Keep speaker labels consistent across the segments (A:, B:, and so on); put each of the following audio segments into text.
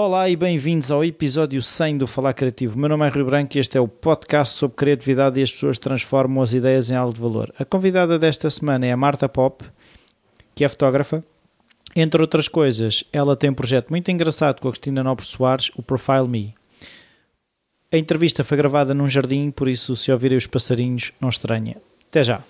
A: Olá e bem-vindos ao episódio 100 do Falar Criativo. Meu nome é Rui Branco e este é o podcast sobre criatividade e as pessoas transformam as ideias em algo de valor. A convidada desta semana é a Marta Pop, que é fotógrafa. Entre outras coisas, ela tem um projeto muito engraçado com a Cristina Nobre Soares, o Profile Me. A entrevista foi gravada num jardim, por isso se ouvirem os passarinhos, não estranha. Até já!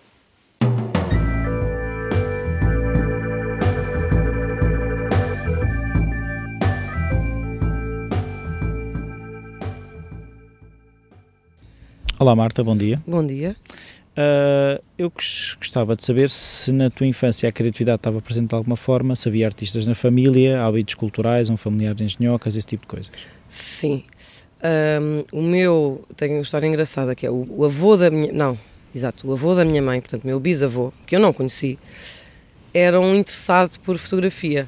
A: Olá Marta, bom dia.
B: Bom dia.
A: Eu gostava de saber se na tua infância a criatividade estava presente de alguma forma, se havia artistas na família, hábitos culturais, um familiar de engenhocas, esse tipo de coisas.
B: Sim. Tenho uma história engraçada, que é o avô da minha... Não, exato, o avô da minha mãe, portanto, meu bisavô, que eu não conheci, era um interessado por fotografia.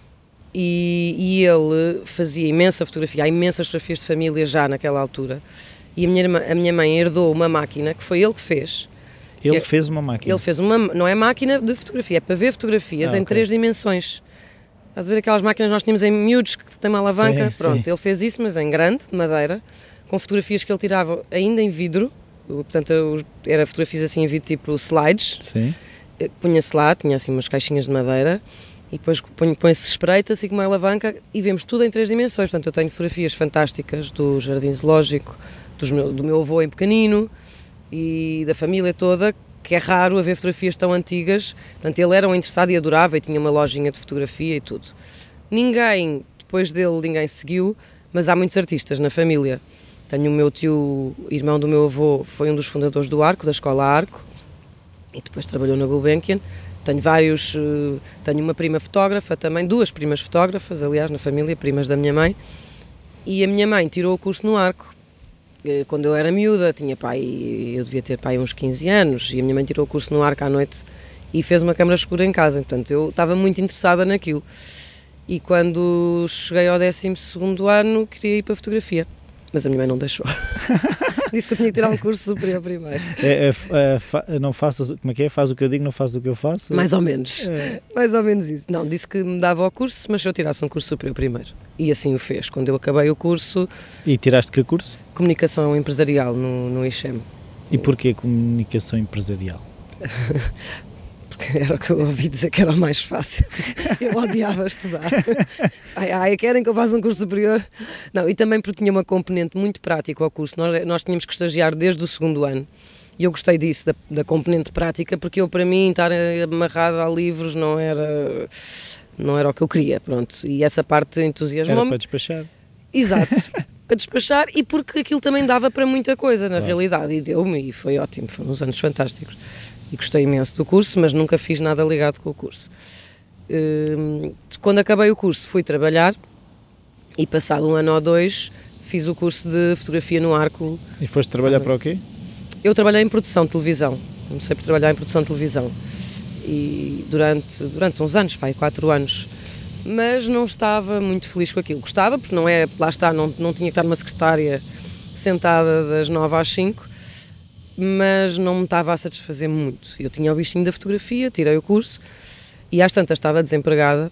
B: E ele fazia imensa fotografia, há imensas fotografias de família já naquela altura. E a minha mãe herdou uma máquina, que foi ele que fez.
A: Ele fez uma máquina?
B: Ele fez uma... Não é máquina de fotografia, é para ver fotografias em 3 dimensões. Estás a ver aquelas máquinas que nós tínhamos em miúdos, que tem uma alavanca?
A: Sim,
B: Pronto,
A: sim.
B: Ele fez isso, mas em grande, de madeira, com fotografias que ele tirava ainda em vidro. Portanto, era fotografias assim em vidro, tipo slides.
A: Sim.
B: Punha-se lá, tinha assim umas caixinhas de madeira, e depois põe-se espreita, assim com uma alavanca, e vemos tudo em 3 dimensões. Portanto, eu tenho fotografias fantásticas do Jardim Zoológico, do meu avô em pequenino e da família toda, que é raro haver fotografias tão antigas. Portanto, ele era um interessado e adorava, e tinha uma lojinha de fotografia e tudo. Depois dele, ninguém seguiu, mas há muitos artistas na família. Tenho o meu tio, irmão do meu avô, foi um dos fundadores do Arco, da Escola Arco, e depois trabalhou na Gulbenkian. Tenho uma prima fotógrafa também, 2 primas fotógrafas, aliás, na família, primas da minha mãe, e a minha mãe tirou o curso no Arco. Quando eu era miúda, eu devia ter uns 15 anos, e a minha mãe tirou o curso no Arco à noite e fez uma câmara escura em casa. Portanto, eu estava muito interessada naquilo. E quando cheguei ao 12º ano, queria ir para a fotografia, mas a minha mãe não deixou. Disse que eu tinha que tirar um curso superior primeiro.
A: Não faças, como é que é? Faz o que eu digo, não faz o que eu faço?
B: Mais ou menos. Mais ou menos isso. Não, disse que me dava o curso, mas se eu tirasse um curso superior primeiro. E assim o fez. Quando eu acabei o curso...
A: E tiraste que curso?
B: Comunicação empresarial no ICHEM.
A: E porquê comunicação empresarial?
B: Porque era o que eu ouvi dizer que era o mais fácil. Eu odiava estudar. Querem que eu faça um curso superior? Não, e também porque tinha uma componente muito prática ao curso. Nós tínhamos que estagiar desde o 2º ano. E eu gostei disso, da componente prática, porque para mim, estar amarrada a livros não era o que eu queria, pronto. E essa parte entusiasmou-me.
A: Era para despachar.
B: Exato. Para despachar, e porque aquilo também dava para muita coisa, na realidade. E deu-me, e foi ótimo. Foram uns anos fantásticos. E gostei imenso do curso, mas nunca fiz nada ligado com o curso. Quando acabei o curso, fui trabalhar, e passado 1 ano ou 2, fiz o curso de fotografia no Arco.
A: E foste trabalhar para o quê?
B: Eu trabalhei em produção de televisão. Comecei por trabalhar em produção de televisão. E durante uns anos, 4 anos. Mas não estava muito feliz com aquilo. Gostava, porque não tinha que estar numa secretária sentada das 9 às 5, mas não me estava a satisfazer muito. Eu tinha o bichinho da fotografia, tirei o curso, e às tantas estava desempregada,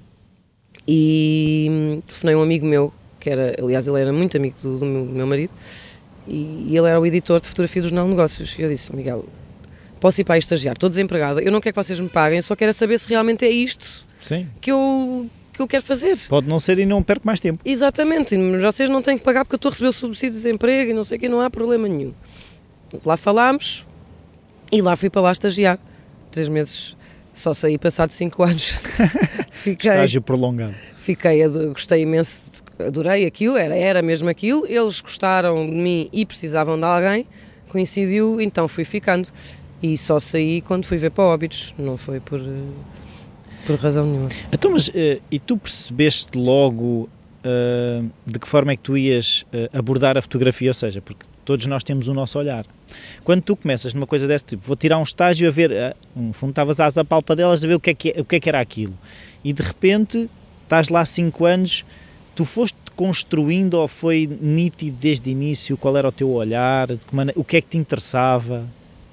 B: e telefonei a um amigo meu, aliás, ele era muito amigo do meu marido, e ele era o editor de fotografia dos Jornal de Negócios. E eu disse: Miguel, posso ir para aí estagiar? Estou desempregada, eu não quero que vocês me paguem, só quero saber se realmente é isto. Sim. Que eu quero fazer.
A: Pode não ser e não perco mais tempo.
B: Exatamente, vocês não têm que pagar porque eu estou a receber o subsídio de desemprego e não sei o que, não há problema nenhum. Lá falámos e lá fui para lá estagiar. 3 meses, só saí passado 5 anos.
A: Estágio prolongado.
B: Gostei imenso, adorei aquilo, era mesmo aquilo. Eles gostaram de mim e precisavam de alguém, coincidiu, então fui ficando. E só saí quando fui ver para Óbidos, não foi por razão nenhuma.
A: Então, mas e tu percebeste logo de que forma é que tu ias abordar a fotografia? Ou seja, porque todos nós temos o nosso olhar. Quando tu começas numa coisa desse tipo, vou tirar um estágio a ver, no fundo estavas às apalpadelas a ver o que é que era aquilo. E de repente, estás lá 5 anos, tu foste construindo ou foi nítido desde o início? Qual era o teu olhar? O que é que te interessava?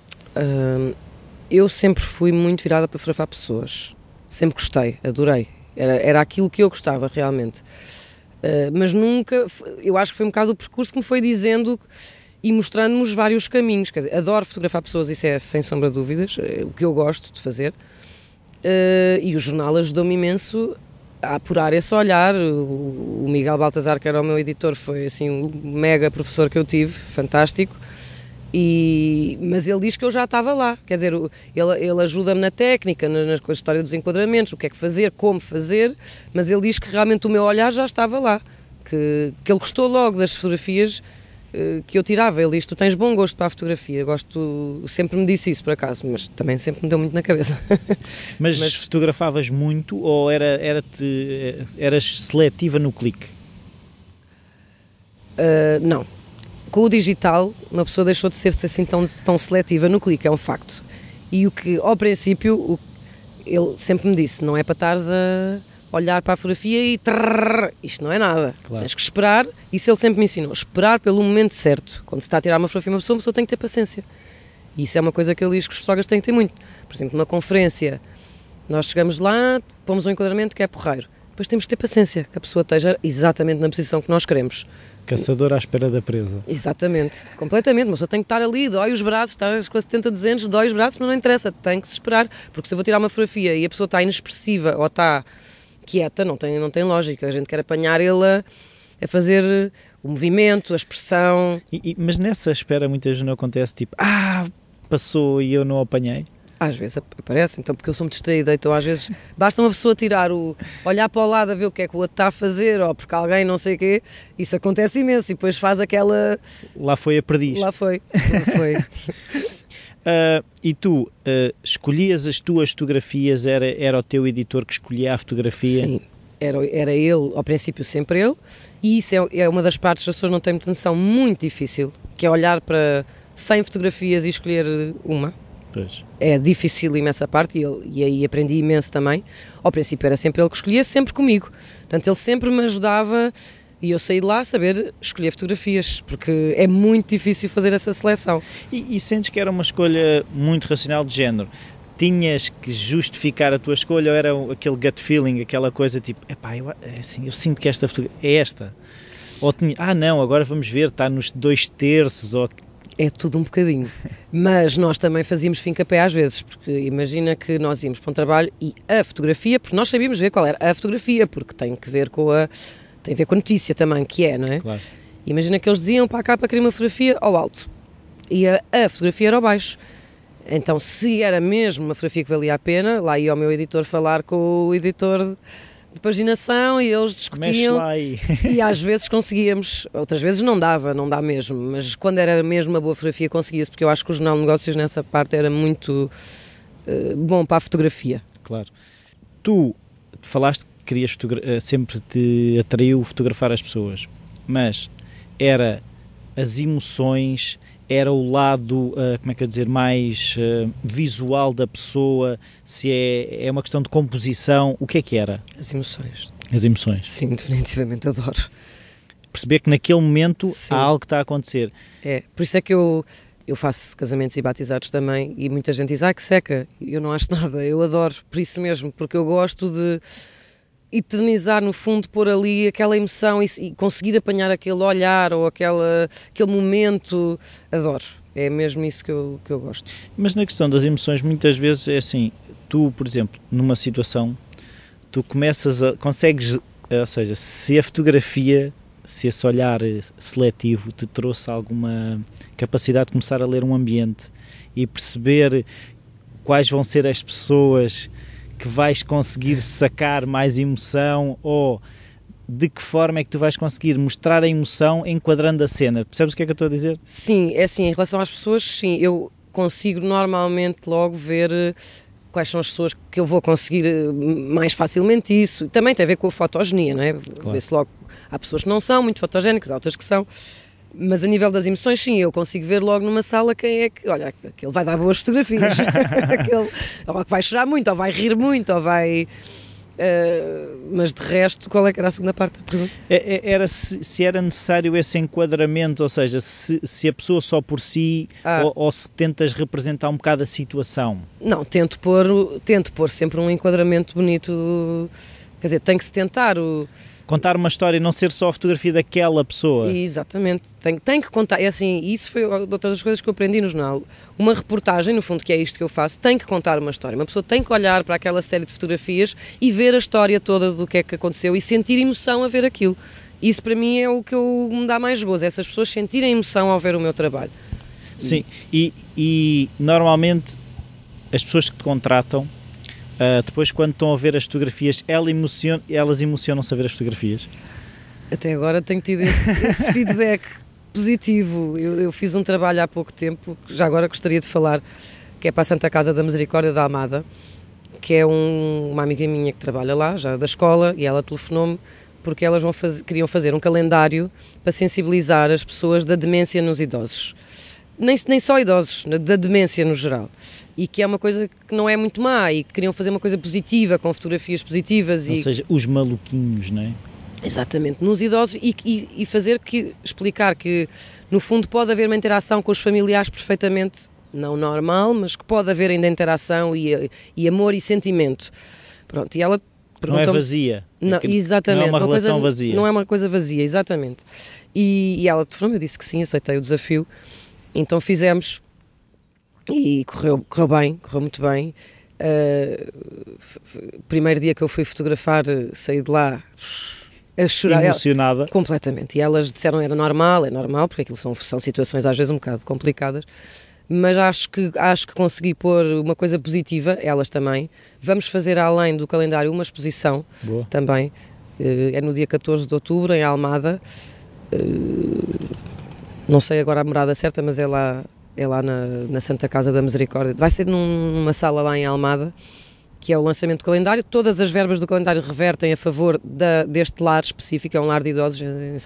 B: Eu sempre fui muito virada para fotografar pessoas. Sempre gostei, adorei. Era aquilo que eu gostava realmente. Mas nunca, eu acho que foi um bocado o percurso que me foi dizendo e mostrando-me os vários caminhos. Quer dizer, adoro fotografar pessoas, isso é sem sombra de dúvidas, o que eu gosto de fazer. E o jornal ajudou-me imenso a apurar esse olhar. O Miguel Baltazar, que era o meu editor, foi assim um mega professor que eu tive, fantástico. Mas ele diz que eu já estava lá, quer dizer, ele ajuda-me na técnica, na história dos enquadramentos, o que é que fazer, como fazer, mas ele diz que realmente o meu olhar já estava lá, que ele gostou logo das fotografias que eu tirava. Ele diz: tu tens bom gosto para a fotografia. Sempre me disse isso, por acaso, mas também sempre me deu muito na cabeça.
A: Mas fotografavas muito ou eras seletiva no clique?
B: Não. Com o digital, uma pessoa deixou de ser assim tão seletiva no clique, é um facto. E o que, ao princípio, ele sempre me disse: não é para estares a olhar para a fotografia e isto não é nada. Claro. Tens que esperar. Isso ele sempre me ensinou: esperar pelo momento certo. Quando se está a tirar uma fotografia, uma pessoa tem que ter paciência. E isso é uma coisa que ele diz que os fotógrafos têm que ter muito. Por exemplo, numa conferência, nós chegamos lá, pomos um enquadramento que é porreiro. Depois temos que ter paciência, que a pessoa esteja exatamente na posição que nós queremos.
A: Caçador à espera da presa.
B: Exatamente, completamente. Uma pessoa tem que estar ali, dói os braços, está com a 70-200, dói os braços, mas não interessa, tem que se esperar. Porque se eu vou tirar uma fotografia e a pessoa está inexpressiva ou está quieta, não tem lógica. A gente quer apanhar ele a fazer o movimento, a expressão.
A: Mas nessa espera muitas vezes não acontece tipo, passou e eu não apanhei?
B: Às vezes aparece, então, porque eu sou muito distraída, então às vezes basta uma pessoa olhar para o lado a ver o que é que o outro está a fazer, ou porque alguém não sei o quê, isso acontece imenso, e depois faz aquela...
A: Lá foi a perdiz.
B: Lá foi.
A: E tu escolhias as tuas fotografias, era o teu editor que escolhia a fotografia?
B: Sim, era ele, ao princípio sempre ele, e isso é uma das partes que as pessoas não têm muita noção, muito difícil, que é olhar para 100 fotografias e escolher uma.
A: Pois.
B: É dificílimo essa parte e aí aprendi imenso também. Ao princípio era sempre ele que escolhia, sempre comigo. Portanto, ele sempre me ajudava e eu saí de lá a saber escolher fotografias, porque é muito difícil fazer essa seleção.
A: E sentes que era uma escolha muito racional de género? Tinhas que justificar a tua escolha ou era aquele gut feeling, aquela coisa tipo, eu sinto que esta fotografia é esta? Ou não, agora vamos ver, está nos 2/3 ou...
B: É tudo um bocadinho, mas nós também fazíamos fim-capé às vezes, porque imagina que nós íamos para um trabalho e a fotografia, porque nós sabíamos ver qual era a fotografia, porque tem a ver com a notícia também, que é, não é?
A: Claro.
B: Imagina que eles diziam para a capa querer uma fotografia ao alto e a fotografia era ao baixo. Então, se era mesmo uma fotografia que valia a pena, lá ia o meu editor falar com o editor de paginação e eles discutiam e às vezes conseguíamos, outras vezes não dá mesmo, mas quando era mesmo uma boa fotografia conseguia-se, porque eu acho que o Jornal de Negócios nessa parte era muito bom para a fotografia.
A: Claro. Tu falaste que querias sempre te atraiu fotografar as pessoas, mas era as emoções, era o lado, mais visual da pessoa, se é uma questão de composição, o que era?
B: As emoções.
A: As emoções.
B: Sim, definitivamente adoro.
A: Perceber que naquele momento
B: Sim.
A: há algo que está a acontecer.
B: É, por isso é que eu faço casamentos e batizados também e muita gente diz, que seca, eu não acho nada, eu adoro, por isso mesmo, porque eu gosto de eternizar, no fundo, pôr ali aquela emoção e conseguir apanhar aquele olhar ou aquele momento, adoro. É mesmo isso que eu gosto.
A: Mas na questão das emoções, muitas vezes é assim, tu, por exemplo, numa situação, tu consegues, ou seja, se a fotografia, se esse olhar seletivo te trouxe alguma capacidade de começar a ler um ambiente e perceber quais vão ser as pessoas que vais conseguir sacar mais emoção ou de que forma é que tu vais conseguir mostrar a emoção enquadrando a cena. Percebes o que é que eu estou a dizer?
B: Sim, é assim, em relação às pessoas, sim, eu consigo normalmente logo ver quais são as pessoas que eu vou conseguir mais facilmente isso. Também tem a ver com a fotogenia, não é?
A: Claro.
B: Vê-se logo, há pessoas que não são muito fotogénicas, há outras que são. Mas a nível das emoções, sim, eu consigo ver logo numa sala quem é que, olha, aquele vai dar boas fotografias, aquele, ou que vai chorar muito, ou vai rir muito, ou vai... mas de resto, qual é que era a segunda parte da pergunta?
A: Era se era necessário esse enquadramento, ou seja, se a pessoa só por si, ou se tentas representar um bocado a situação.
B: Não, tento pôr sempre um enquadramento bonito, quer dizer, tem que se tentar
A: Contar uma história, não ser só a fotografia daquela pessoa.
B: Exatamente, tem que contar, é assim, isso foi outra das coisas que eu aprendi no jornal. Uma reportagem, no fundo, que é isto que eu faço, tem que contar uma história. Uma pessoa tem que olhar para aquela série de fotografias e ver a história toda do que é que aconteceu e sentir emoção a ver aquilo. Isso para mim é o que me dá mais gozo, essas pessoas sentirem emoção ao ver o meu trabalho.
A: Sim, e normalmente as pessoas que te contratam, depois quando estão a ver as fotografias, elas emocionam-se a ver as fotografias?
B: Até agora tenho tido esse feedback positivo. Eu fiz um trabalho há pouco tempo, que já agora gostaria de falar, que é para a Santa Casa da Misericórdia da Almada, que é uma amiga minha que trabalha lá, já da escola, e ela telefonou-me porque elas queriam fazer um calendário para sensibilizar as pessoas da demência nos idosos. Nem só idosos, da demência no geral. E que é uma coisa que não é muito má, e que queriam fazer uma coisa positiva, com fotografias positivas.
A: Ou seja, os maluquinhos, não é?
B: Exatamente, nos idosos, e explicar que, no fundo, pode haver uma interação com os familiares perfeitamente, não normal, mas que pode haver ainda interação e amor e sentimento. Pronto, e ela perguntou-me...
A: Não é vazia.
B: Não, exatamente.
A: Não é uma relação vazia.
B: Não é uma coisa vazia, exatamente. E ela, eu disse que sim, aceitei o desafio. Então fizemos e correu bem, correu muito bem. Primeiro dia que eu fui fotografar, saí de lá a chorar.
A: Emocionada.
B: Completamente. E elas disseram é normal, porque aquilo são situações às vezes um bocado complicadas. Mas acho que consegui pôr uma coisa positiva, elas também. Vamos fazer, além do calendário, uma exposição.
A: Boa.
B: Também. É no dia 14 de outubro, em Almada. Não sei agora a morada certa, mas é lá na Santa Casa da Misericórdia. Vai ser numa sala lá em Almada, que é o lançamento do calendário. Todas as verbas do calendário revertem a favor deste lar específico, é um lar de idosos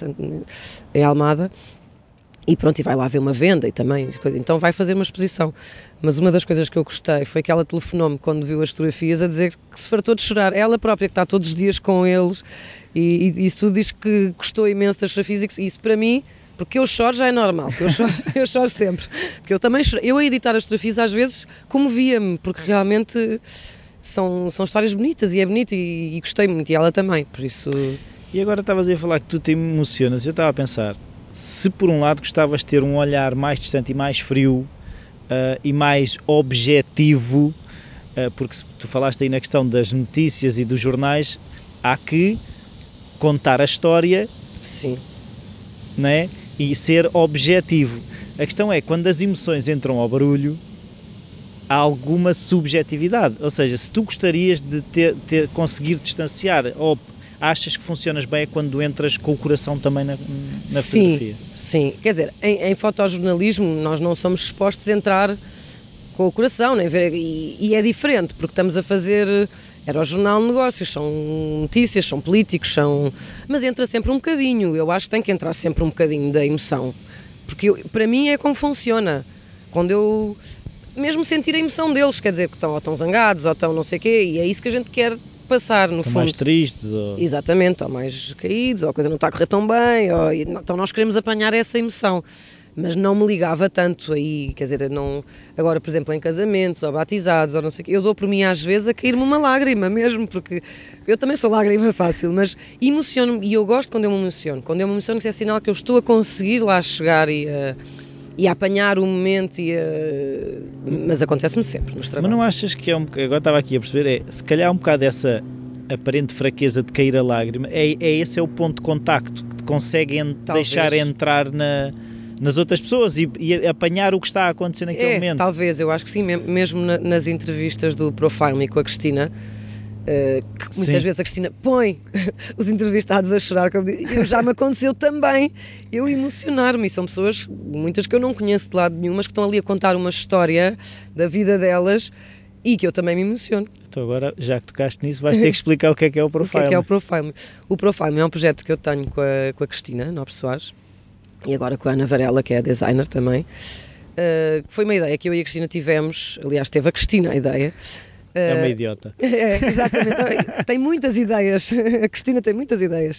B: em Almada. E pronto, e vai lá haver uma venda e também, então vai fazer uma exposição. Mas uma das coisas que eu gostei foi que ela telefonou-me quando viu as fotografias a dizer que se fartou de chorar. Ela própria que está todos os dias com eles e isso tudo, diz que gostou imenso das fotografias, e isso para mim, porque eu choro já é normal, eu choro sempre. Porque eu também choro. Eu a editar as fotografias às vezes comovia-me, porque realmente são histórias bonitas e é bonito e gostei muito, e ela também, por isso...
A: E agora estavas a falar que tu te emocionas, eu estava a pensar... Se por um lado gostavas de ter um olhar mais distante e mais frio e mais objetivo, porque tu falaste aí na questão das notícias e dos jornais, há que contar a história.
B: Sim.
A: Não é? E ser objetivo. A questão é, quando as emoções entram ao barulho, há alguma subjetividade. Ou seja, se tu gostarias de conseguir distanciar, ou achas que funcionas bem é quando entras com o coração também na fotografia?
B: Sim, quer dizer, em fotojornalismo nós não somos expostos a entrar com o coração, nem ver, e é diferente, porque estamos a fazer, era o jornal de negócios, são notícias, são políticos, mas entra sempre um bocadinho, eu acho que tem que entrar sempre um bocadinho da emoção, porque para mim é como funciona, quando eu mesmo sentir a emoção deles, quer dizer, que estão zangados, ou estão não sei o quê, e é isso que a gente quer passar, no fundo.
A: Mais tristes, ou...
B: Exatamente, ou mais caídos, ou a coisa não está a correr tão bem, então nós queremos apanhar essa emoção, mas não me ligava tanto aí, quer dizer, não, agora, por exemplo, em casamentos, ou batizados, ou não sei o quê, eu dou por mim às vezes a cair-me uma lágrima mesmo, porque eu também sou lágrima fácil, mas emociono-me, e eu gosto quando eu me emociono, que é sinal que eu estou a conseguir lá chegar e a apanhar o momento, mas acontece-me sempre nos trabalhos.
A: Mas não achas que agora estava aqui a perceber, se calhar um bocado dessa aparente fraqueza de cair a lágrima, esse é o ponto de contacto que te consegue deixar entrar nas outras pessoas e apanhar o que está a acontecer naquele momento? Talvez,
B: eu acho que sim, mesmo nas entrevistas do Profile Me com a Cristina, que muitas vezes a Cristina põe os entrevistados a chorar, já me aconteceu também eu emocionar-me, e são pessoas, muitas que eu não conheço de lado nenhum, mas que estão ali a contar uma história da vida delas e que eu também me emociono.
A: Então agora, já que tocaste nisso, vais ter que explicar o que é o Profile.
B: O que é o Profile? O Profile é um projeto que eu tenho com a Cristina Nobre Soares e agora com a Ana Varela, que é a designer também. Foi uma ideia que eu e a Cristina tivemos, aliás teve a Cristina a ideia.
A: É uma idiota.
B: Exatamente, tem muitas ideias, a Cristina tem muitas ideias.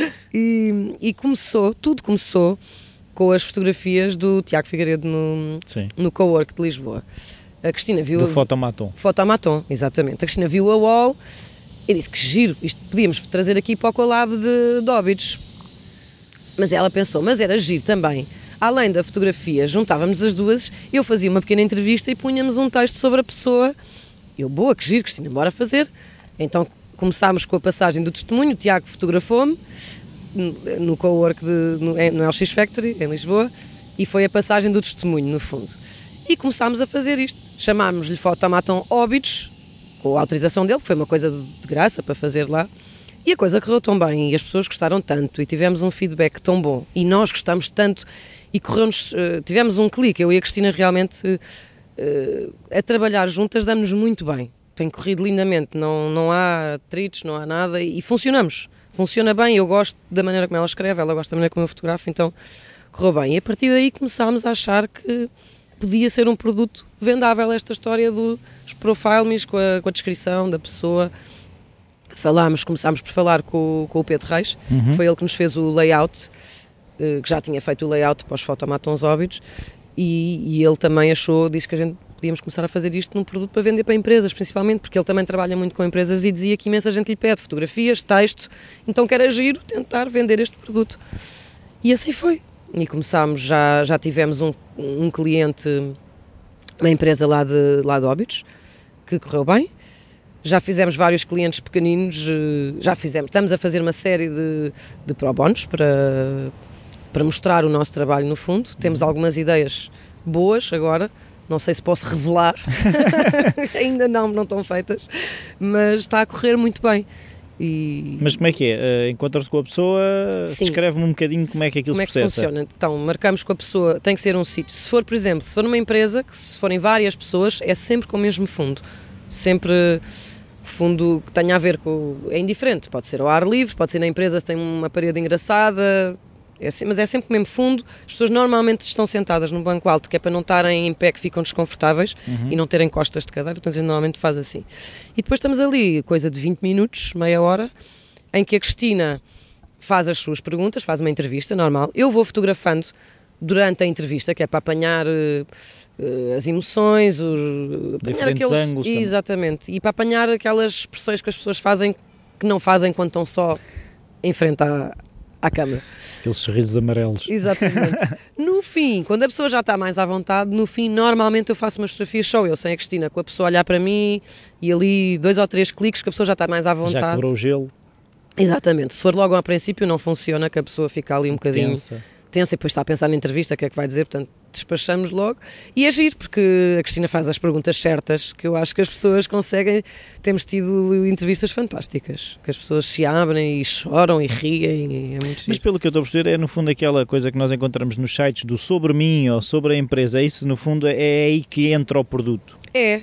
B: E tudo começou com as fotografias do Tiago Figueiredo no Cowork de Lisboa. A Cristina viu...
A: Do Fotomaton.
B: Fotomaton, exatamente. A Cristina viu a wall Eu disse que giro, isto podíamos trazer aqui para o Collab de Óbidos. Mas ela pensou, mas era giro também. Além da fotografia, juntávamos as duas, eu fazia uma pequena entrevista e punhamos um texto sobre a pessoa. Eu, boa, que giro, Cristina, bora fazer. Então começámos com a passagem do testemunho, o Tiago fotografou-me no cowork no LX Factory, em Lisboa, e foi a passagem do testemunho, no fundo. E começámos a fazer isto. Chamámos-lhe Fotomaton Óbidos, com a autorização dele, que foi uma coisa de graça para fazer lá. E a coisa correu tão bem, e as pessoas gostaram tanto, e tivemos um feedback tão bom, e nós gostamos tanto, e tivemos um clique, eu e a Cristina realmente, a trabalhar juntas, damos-nos muito bem. Tem corrido lindamente, não há atritos, não há nada, e funcionamos. Funciona bem, eu gosto da maneira como ela escreve, ela gosta da maneira como eu fotografo, então correu bem. E a partir daí começámos a achar que podia ser um produto vendável, esta história dos profiles com a descrição da pessoa. Começámos por falar com o Pedro Reis, que foi ele que nos fez o layout, que já tinha feito o layout para os Fotomatons Óbidos, e ele também disse que a gente podíamos começar a fazer isto num produto para vender para empresas, principalmente, porque ele também trabalha muito com empresas e dizia que imensa gente lhe pede fotografias, texto, então que era giro tentar vender este produto. E assim foi. E começámos, já tivemos um cliente, uma empresa lá de Óbidos, que correu bem. Já fizemos vários clientes pequeninos, estamos a fazer uma série de pro bonos para mostrar o nosso trabalho no fundo. Temos algumas ideias boas agora, não sei se posso revelar, ainda não estão feitas, mas está a correr muito bem.
A: Mas como é que é? Encontras com a pessoa, descreve-me um bocadinho como é que aquilo se processa.
B: Como é que funciona? Então, marcamos com a pessoa, tem que ser um sítio. Se for, por exemplo, se for numa empresa, se forem várias pessoas, é sempre com o mesmo fundo. Sempre fundo que tenha a ver com... É indiferente, pode ser ao ar livre, pode ser na empresa se tem uma parede engraçada, mas é sempre o mesmo fundo. As pessoas normalmente estão sentadas num banco alto, que é para não estarem em pé, que ficam desconfortáveis e não terem costas de cadeira, então normalmente faz assim. E depois estamos ali, coisa de 20 minutos, meia hora, em que a Cristina faz as suas perguntas, faz uma entrevista normal. Eu vou fotografando durante a entrevista, que é para apanhar as emoções,
A: diferentes ângulos.
B: Exatamente, e para apanhar aquelas expressões que as pessoas fazem que não fazem quando estão só em frente à câmara.
A: Aqueles sorrisos amarelos.
B: Exatamente. No fim, quando a pessoa já está mais à vontade, no fim, normalmente eu faço umas fotografias só eu, sem a Cristina, com a pessoa a olhar para mim e ali 2 ou 3 cliques que a pessoa já está mais à vontade.
A: Já quebrou o gelo.
B: Exatamente. Se for logo ao princípio não funciona, que a pessoa fica ali um bocadinho tensa e depois está a pensar na entrevista, o que é que vai dizer, portanto despachamos logo. E é giro, porque a Cristina faz as perguntas certas, que eu acho que as pessoas conseguem. Temos tido entrevistas fantásticas, que as pessoas se abrem e choram e riem, e é muito giro.
A: Mas pelo que eu estou a perceber, é no fundo aquela coisa que nós encontramos nos sites do sobre mim ou sobre a empresa, isso no fundo é aí que entra o produto.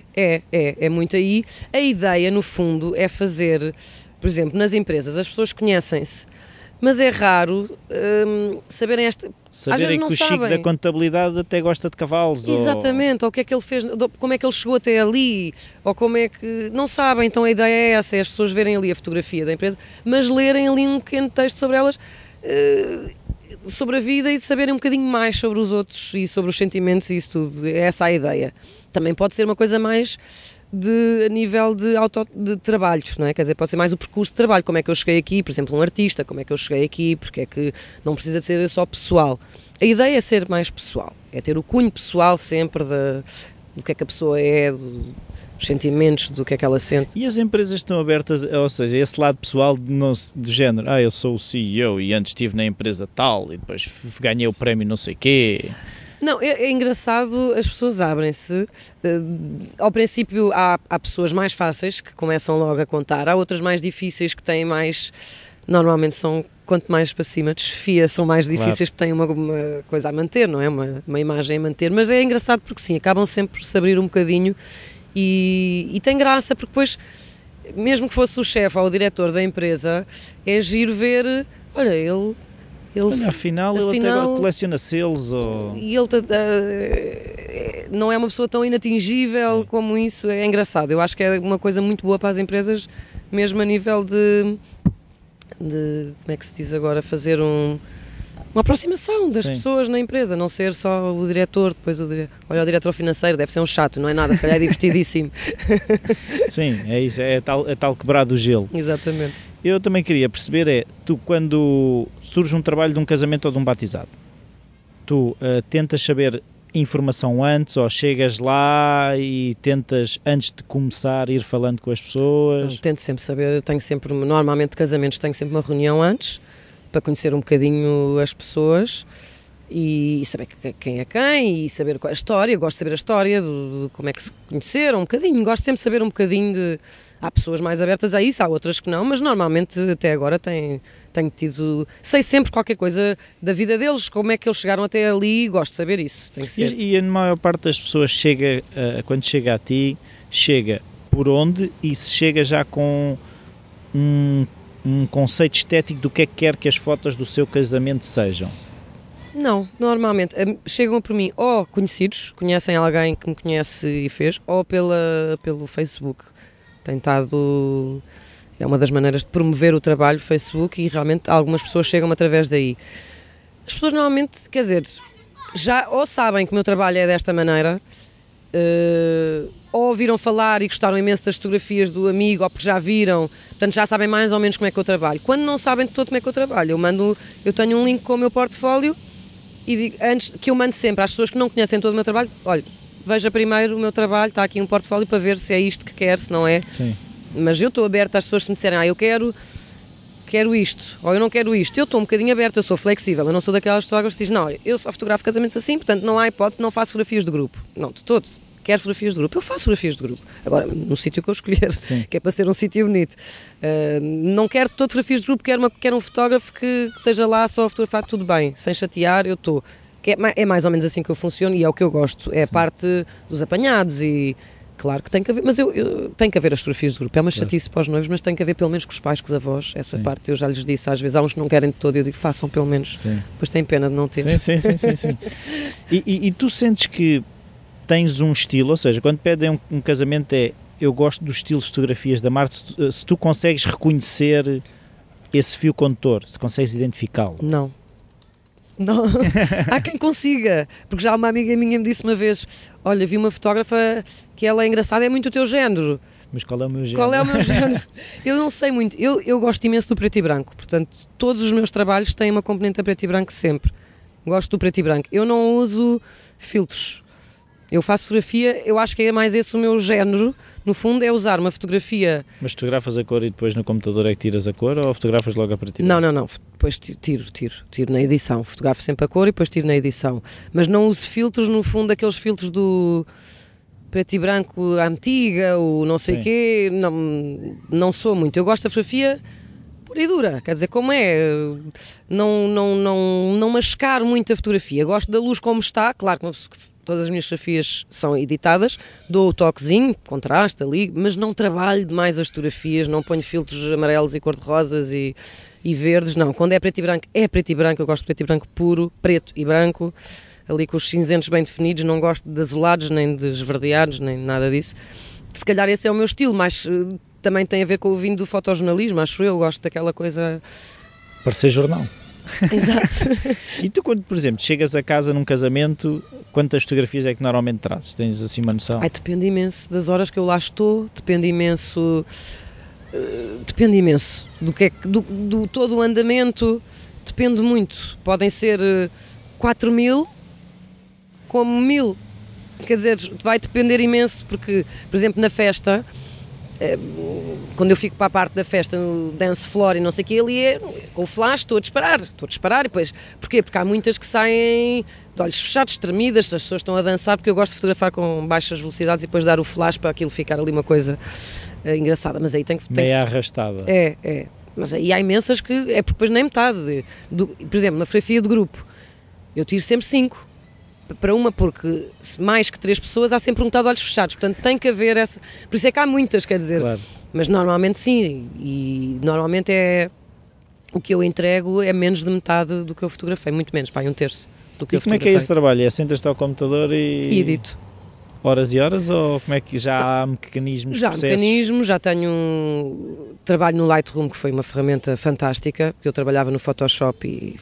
B: É muito aí. A ideia no fundo é fazer, por exemplo, nas empresas as pessoas conhecem-se, mas é raro saberem esta...
A: Saberem que o Chico da contabilidade até gosta de cavalos.
B: Exatamente, ou o que é que ele fez, como é que ele chegou até ali, ou como é que... Não sabem, então a ideia é essa, é as pessoas verem ali a fotografia da empresa, mas lerem ali um pequeno texto sobre elas, sobre a vida, e saberem um bocadinho mais sobre os outros e sobre os sentimentos e isso tudo. É essa a ideia. Também pode ser uma coisa mais... a nível de trabalho, não é? Quer dizer, pode ser mais o percurso de trabalho, como é que eu cheguei aqui, por exemplo, um artista, como é que eu cheguei aqui, porque é que não precisa de ser só pessoal. A ideia é ser mais pessoal, é ter o cunho pessoal sempre do que é que a pessoa é, dos sentimentos, do que é que ela sente.
A: E as empresas estão abertas, ou seja, esse lado pessoal do género, eu sou o CEO e antes estive na empresa tal e depois ganhei o prémio não sei quê...
B: Não, é engraçado, as pessoas abrem-se, ao princípio há pessoas mais fáceis que começam logo a contar, há outras mais difíceis que têm mais, normalmente são, quanto mais para cima desfia, são mais difíceis, porque têm uma coisa a manter, não é? Uma imagem a manter, mas é engraçado porque sim, acabam sempre por se abrir um bocadinho e tem graça, porque depois, mesmo que fosse o chefe ou o diretor da empresa, é giro ver, olha, ele
A: afinal ele até agora coleciona selos
B: e ele não é uma pessoa tão inatingível como isso. É engraçado, eu acho que é uma coisa muito boa para as empresas, mesmo a nível de como é que se diz agora, fazer uma aproximação das
A: Sim.
B: pessoas na empresa, não ser só o diretor, depois olha o diretor financeiro, deve ser um chato, não é nada, se calhar é divertidíssimo.
A: Sim, é isso, é tal quebrar do gelo.
B: Exatamente.
A: Eu também queria perceber tu quando surge um trabalho de um casamento ou de um batizado, tu tentas saber informação antes ou chegas lá e tentas, antes de começar, ir falando com as pessoas?
B: Tento sempre saber, normalmente casamentos tenho sempre uma reunião antes, para conhecer um bocadinho as pessoas e saber quem é quem e saber qual é a história. Gosto de saber a história, de como é que se conheceram um bocadinho, gosto sempre de saber um bocadinho de... Há pessoas mais abertas a isso, há outras que não, mas normalmente até agora tenho tido... Sei sempre qualquer coisa da vida deles, como é que eles chegaram até ali, gosto de saber isso, tem que ser.
A: E a maior parte das pessoas quando chega a ti, chega por onde e se chega já com um conceito estético do que é que quer que as fotos do seu casamento sejam?
B: Não, normalmente chegam por mim ou conhecidos, conhecem alguém que me conhece e fez, ou pelo Facebook. É uma das maneiras de promover o trabalho, o Facebook, e realmente algumas pessoas chegam através daí. As pessoas normalmente, quer dizer, já ou sabem que o meu trabalho é desta maneira, ou ouviram falar e gostaram imenso das fotografias do amigo, ou porque já viram, portanto já sabem mais ou menos como é que eu trabalho. Quando não sabem de todo como é que eu trabalho, eu tenho um link com o meu portfólio e digo, antes que eu mando sempre às pessoas que não conhecem todo o meu trabalho, olha, veja primeiro o meu trabalho, está aqui um portfólio para ver se é isto que quer, se não é.
A: Sim.
B: Mas eu estou aberta às pessoas que me disserem, eu quero isto, ou eu não quero isto. Eu estou um bocadinho aberta, eu sou flexível, eu não sou daquelas fotógrafas que dizem, não, eu só fotografo casamentos assim, portanto não há hipótese, não faço fotografias de grupo. Não, de todo. Quero fotografias de grupo, eu faço fotografias de grupo. Agora, no sítio que eu escolher,
A: Sim.
B: que é para ser um sítio bonito. Não quero de todo fotografias de grupo, quero um fotógrafo que esteja lá só a fotografar tudo bem, sem chatear, eu estou. É mais ou menos assim que eu funciono e é o que eu gosto. É a parte dos apanhados e... Claro que tem que haver, mas eu tenho que haver as fotografias de grupo. É uma chatice para os noivos, mas tem que haver pelo menos com os pais, com os avós. Essa
A: Sim.
B: parte eu já lhes disse. Às vezes há uns que não querem de todo e eu digo, façam pelo menos.
A: Sim.
B: Depois têm pena de não ter.
A: Sim. E tu sentes que tens um estilo, ou seja, quando pedem um casamento eu gosto dos estilos de fotografias da Marta, se tu consegues reconhecer esse fio condutor, se consegues identificá-lo?
B: Não. Há quem consiga, porque já uma amiga minha me disse uma vez, olha, vi uma fotógrafa que ela é engraçada, é muito o teu género.
A: Mas qual é o meu género?
B: Qual é o meu género? Eu não sei muito, eu gosto imenso do preto e branco, portanto todos os meus trabalhos têm uma componente a preto e branco sempre. Gosto do preto e branco. Eu não uso filtros. Eu faço fotografia, eu acho que é mais esse o meu género, no fundo é usar uma fotografia...
A: Mas fotografas a cor e depois no computador é que tiras a cor ou fotografas logo a preto e branco?
B: Não, depois tiro na edição, fotografo sempre a cor e depois tiro na edição, mas não uso filtros, no fundo aqueles filtros do preto e branco antiga, o não sei quê, não sou muito, eu gosto da fotografia pura e dura, quer dizer, como é, não mascar muito a fotografia, gosto da luz como está, claro que todas as minhas fotografias são editadas, dou o toquezinho, contraste ali, mas não trabalho demais as fotografias, não ponho filtros amarelos e cor-de-rosas e verdes, não. Quando é preto e branco, eu gosto de preto e branco puro, preto e branco, ali com os cinzentos bem definidos, não gosto de azulados, nem de esverdeados, nem nada disso. Se calhar esse é o meu estilo, mas também tem a ver com o vinho do fotojornalismo, acho eu, gosto daquela coisa...
A: Parecer jornal.
B: Exato.
A: E tu, quando, por exemplo, chegas a casa num casamento, quantas fotografias é que normalmente trazes? Tens assim uma noção?
B: Depende imenso das horas que eu lá estou, depende imenso do todo o andamento, depende muito. Podem ser 4.000 como 1.000. Quer dizer, vai depender imenso, porque, por exemplo, na festa... quando eu fico para a parte da festa no dance floor e não sei o que, ali com o flash estou a disparar e depois, porquê? Porque há muitas que saem de olhos fechados, tremidas, as pessoas estão a dançar, porque eu gosto de fotografar com baixas velocidades e depois dar o flash para aquilo ficar ali uma coisa engraçada, mas aí tem que...
A: Meia arrastada.
B: Mas aí há imensas que é porque depois nem metade, por exemplo, na fotografia de grupo, eu tiro sempre 5. Para uma, porque mais que 3 pessoas há sempre um metade de olhos fechados, portanto tem que haver essa, por isso é que há muitas, quer dizer,
A: claro.
B: Mas normalmente sim, e normalmente o que eu entrego é menos de metade do que eu fotografei, muito menos, 1/3 do que eu fotografei.
A: E como é que é esse trabalho? Sentas-te ao computador e...
B: edito.
A: horas e horas, ou como é que já há mecanismos,
B: Já há
A: processos?
B: mecanismos, já trabalho no Lightroom, que foi uma ferramenta fantástica, porque eu trabalhava no Photoshop e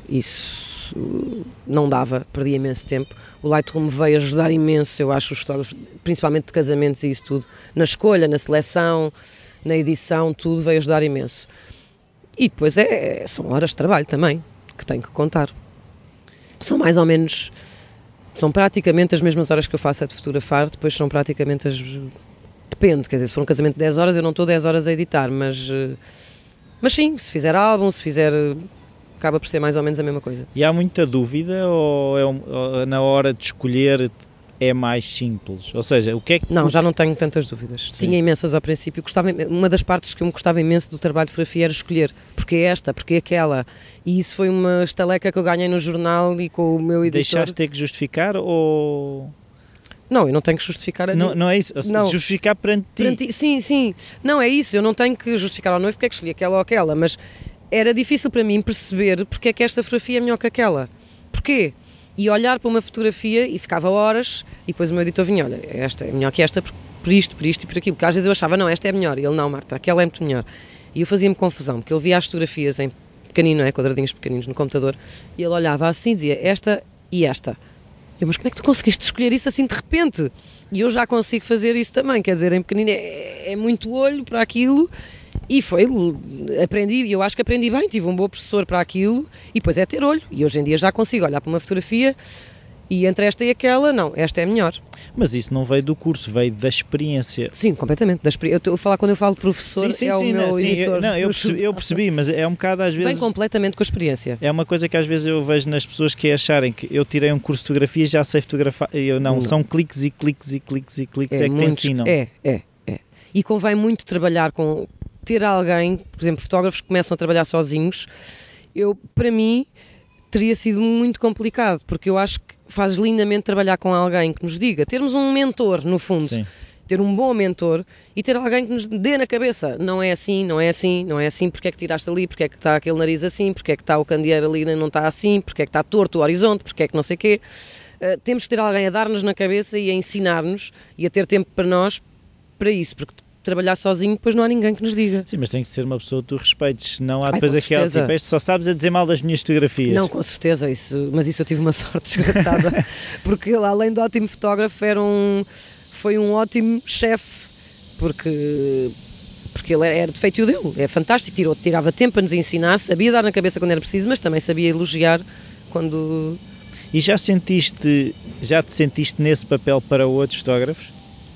B: isso não dava, perdia imenso tempo. O Lightroom veio ajudar imenso, eu acho, os fotógrafos, principalmente de casamentos e isso tudo, na escolha, na seleção, na edição, tudo veio ajudar imenso. E depois são horas de trabalho também, que tenho que contar. São mais ou menos... São praticamente as mesmas horas que eu faço a de fotografar, depois são praticamente as... Depende, quer dizer, se for um casamento de 10 horas, eu não estou 10 horas a editar, mas sim, se fizer álbum, se fizer... acaba por ser mais ou menos a mesma coisa.
A: E há muita dúvida, ou na hora de escolher é mais simples? Ou seja, o que é que...
B: Não, já não tenho tantas dúvidas.
A: Sim.
B: Tinha imensas ao princípio. Uma das partes que eu me gostava imenso do trabalho de fotografia era escolher. Porque é esta, porque é aquela. E isso foi uma estaleca que eu ganhei no jornal e com o meu editor.
A: Deixaste ter que justificar, ou...
B: Não, eu não tenho que justificar
A: Não é isso?
B: Não.
A: Justificar perante ti.
B: Sim. Não, é isso. Eu não tenho que justificar ao noivo porque é que escolhi aquela ou aquela. Mas era difícil para mim perceber porque é que esta fotografia é melhor que aquela. Porquê? E olhar para uma fotografia e ficava horas e depois o meu editor vinha, olha, esta é melhor que esta por isto e por aquilo, porque às vezes eu achava, não, esta é melhor, e ele, não, Marta, aquela é muito melhor, e eu fazia-me confusão, porque ele via as fotografias em pequenino, não é, quadradinhos pequeninos no computador, e ele olhava assim e dizia, esta e esta. Eu, mas como é que tu conseguiste escolher isso assim de repente? E eu já consigo fazer isso também, quer dizer, em pequenino é muito olho para aquilo. E aprendi, eu acho que aprendi bem, tive um bom professor para aquilo, e depois é ter olho, e hoje em dia já consigo olhar para uma fotografia e entre esta e aquela, não, esta é melhor.
A: Mas isso não veio do curso, veio da experiência.
B: Sim, completamente, quando eu falo de professor, o meu editor.
A: Eu percebi, mas é um bocado às vezes...
B: Vem completamente com a experiência.
A: É uma coisa que às vezes eu vejo nas pessoas que é acharem que eu tirei um curso de fotografia e já sei fotografar, não. São cliques e cliques e cliques e cliques, é que te ensinam.
B: E convém muito trabalhar com... ter alguém, por exemplo, fotógrafos que começam a trabalhar sozinhos, para mim teria sido muito complicado, porque eu acho que faz lindamente trabalhar com alguém que nos diga, termos um mentor no fundo.
A: Sim.
B: Ter um bom mentor e ter alguém que nos dê na cabeça, não é assim, não é assim, não é assim, porque é que tiraste ali, porque é que está aquele nariz assim, porque é que está o candeeiro ali e não está assim, porque é que está torto o horizonte, porque é que não sei o quê. Temos que ter alguém a dar-nos na cabeça e a ensinar-nos e a ter tempo para nós, para isso, porque trabalhar sozinho, depois não há ninguém que nos diga.
A: Sim, mas tem que ser uma pessoa que tu respeites, senão há
B: Ai,
A: depois
B: com
A: aquela
B: certeza.
A: tipo, só sabes a dizer mal das minhas fotografias.
B: Não, com certeza, mas isso eu tive uma sorte desgraçada, porque ele, além de ótimo fotógrafo, foi um ótimo chefe, porque ele era de feitio dele, é fantástico, tirava tempo para nos ensinar, sabia dar na cabeça quando era preciso, mas também sabia elogiar quando...
A: E já te sentiste nesse papel para outros fotógrafos?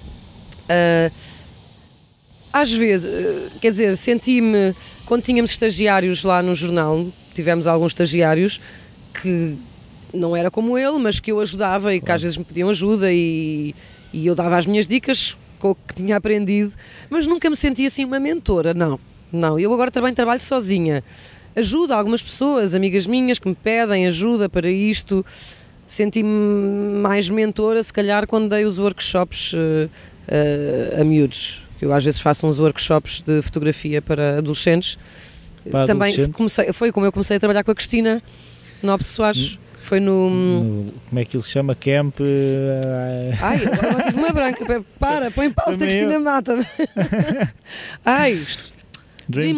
B: Às vezes, quer dizer, senti-me, quando tínhamos estagiários lá no jornal, tivemos alguns estagiários que não era como ele, mas que eu ajudava e que às vezes me pediam ajuda e eu dava as minhas dicas com o que tinha aprendido, mas nunca me senti assim uma mentora, não, eu agora também trabalho sozinha, ajudo algumas pessoas, amigas minhas que me pedem ajuda para isto, senti-me mais mentora se calhar quando dei os workshops a miúdos. Eu às vezes faço uns workshops de fotografia para adolescentes.
A: Para
B: também
A: adolescentes?
B: foi como eu comecei a trabalhar com a Cristina Nobre Soares. Foi no...
A: Como é que ele se chama? Camp...
B: Ai, agora tive uma branca. Põe pausa da Cristina Mata. Ai... Dream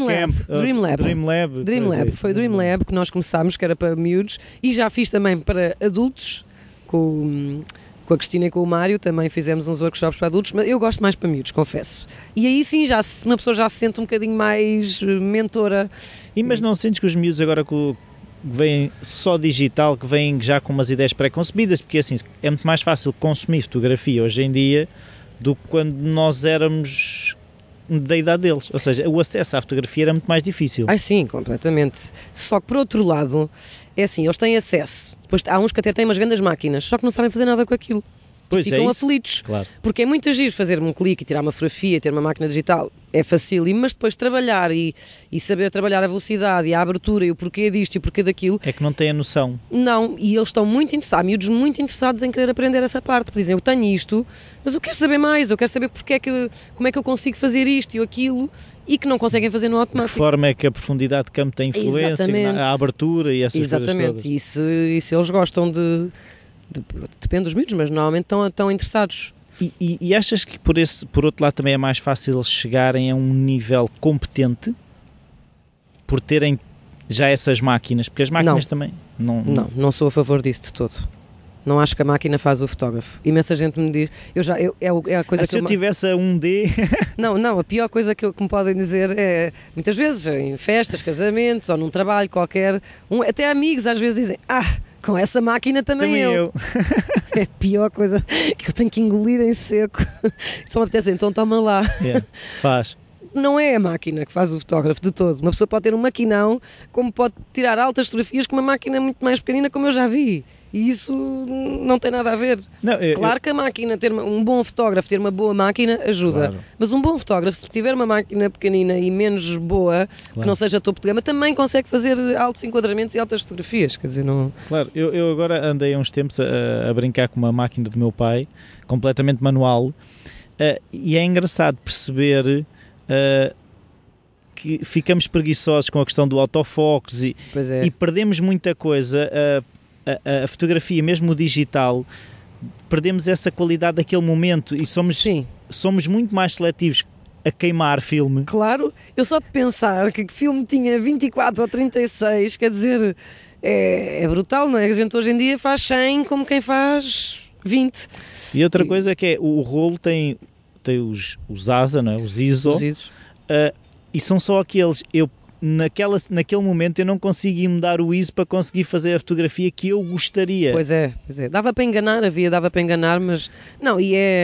B: Lab. Foi o Dream Lab que nós começámos, que era para miúdos, e já fiz também para adultos, com a Cristina e com o Mário, também fizemos uns workshops para adultos, mas eu gosto mais para miúdos, confesso. E aí sim, uma pessoa já se sente um bocadinho mais mentora.
A: Mas não sentes que os miúdos agora que vêm só digital, que vêm já com umas ideias pré-concebidas, porque assim, é muito mais fácil consumir fotografia hoje em dia do que quando nós éramos da idade deles, ou seja, o acesso à fotografia era muito mais difícil.
B: Sim, completamente. Só que por outro lado, é assim, eles têm acesso, depois há uns que até têm umas grandes máquinas, só que não sabem fazer nada com aquilo.
A: Pois
B: ficam
A: é
B: aflitos,
A: claro.
B: Porque é muito agir fazer um clique e tirar uma fotografia, ter uma máquina digital, é facílimo, mas depois trabalhar e saber trabalhar a velocidade e a abertura e o porquê disto e o porquê daquilo.
A: É que não têm a noção.
B: Não, e eles estão muito interessados, miúdos muito interessados em querer aprender essa parte, porque dizem, eu tenho isto, mas eu quero saber mais, eu quero saber como é que eu consigo fazer isto e aquilo, e que não conseguem fazer no automático.
A: De que forma é que a profundidade de campo tem influência, a abertura e essas coisas todas.
B: Exatamente, e se eles gostam depende dos miúdos, mas normalmente estão interessados.
A: E achas que por outro lado também é mais fácil chegarem a um nível competente por terem já essas máquinas? Porque as máquinas também...
B: Não sou a favor disso de todo. Não acho que a máquina faz o fotógrafo. Imensa gente me diz... É a coisa que
A: se eu tivesse a 1D...
B: Não, a pior coisa que me podem dizer é... Muitas vezes, em festas, casamentos, ou num trabalho qualquer... até amigos às vezes dizem... com essa máquina também eu. É a pior coisa que eu tenho que engolir em seco. Só me apetece, então toma lá.
A: Faz.
B: Não é a máquina que faz o fotógrafo de todo. Uma pessoa pode ter um maquinão, como pode tirar altas fotografias com uma máquina muito mais pequenina, como eu já vi. E isso não tem nada a ver. Claro que a máquina, ter um bom fotógrafo, ter uma boa máquina, ajuda. Claro. Mas um bom fotógrafo, se tiver uma máquina pequenina e menos boa, que não seja topo de gama, também consegue fazer altos enquadramentos e altas fotografias. Quer dizer, não...
A: Claro, eu agora andei há uns tempos a brincar com uma máquina do meu pai, completamente manual, e é engraçado perceber... que ficamos preguiçosos com a questão do autofocus e perdemos muita coisa. A fotografia, mesmo o digital, perdemos essa qualidade daquele momento e somos muito mais seletivos a queimar filme.
B: Claro, eu só de pensar que filme tinha 24 ou 36, quer dizer, é brutal, não é? A gente hoje em dia faz 100 como quem faz 20.
A: E outra coisa que é, o rolo tem os ASA, não é? Os ISO, e são só aqueles. Naquele momento eu não consegui mudar o ISO para conseguir fazer a fotografia que eu gostaria.
B: Pois é. Dava para enganar, mas... Não,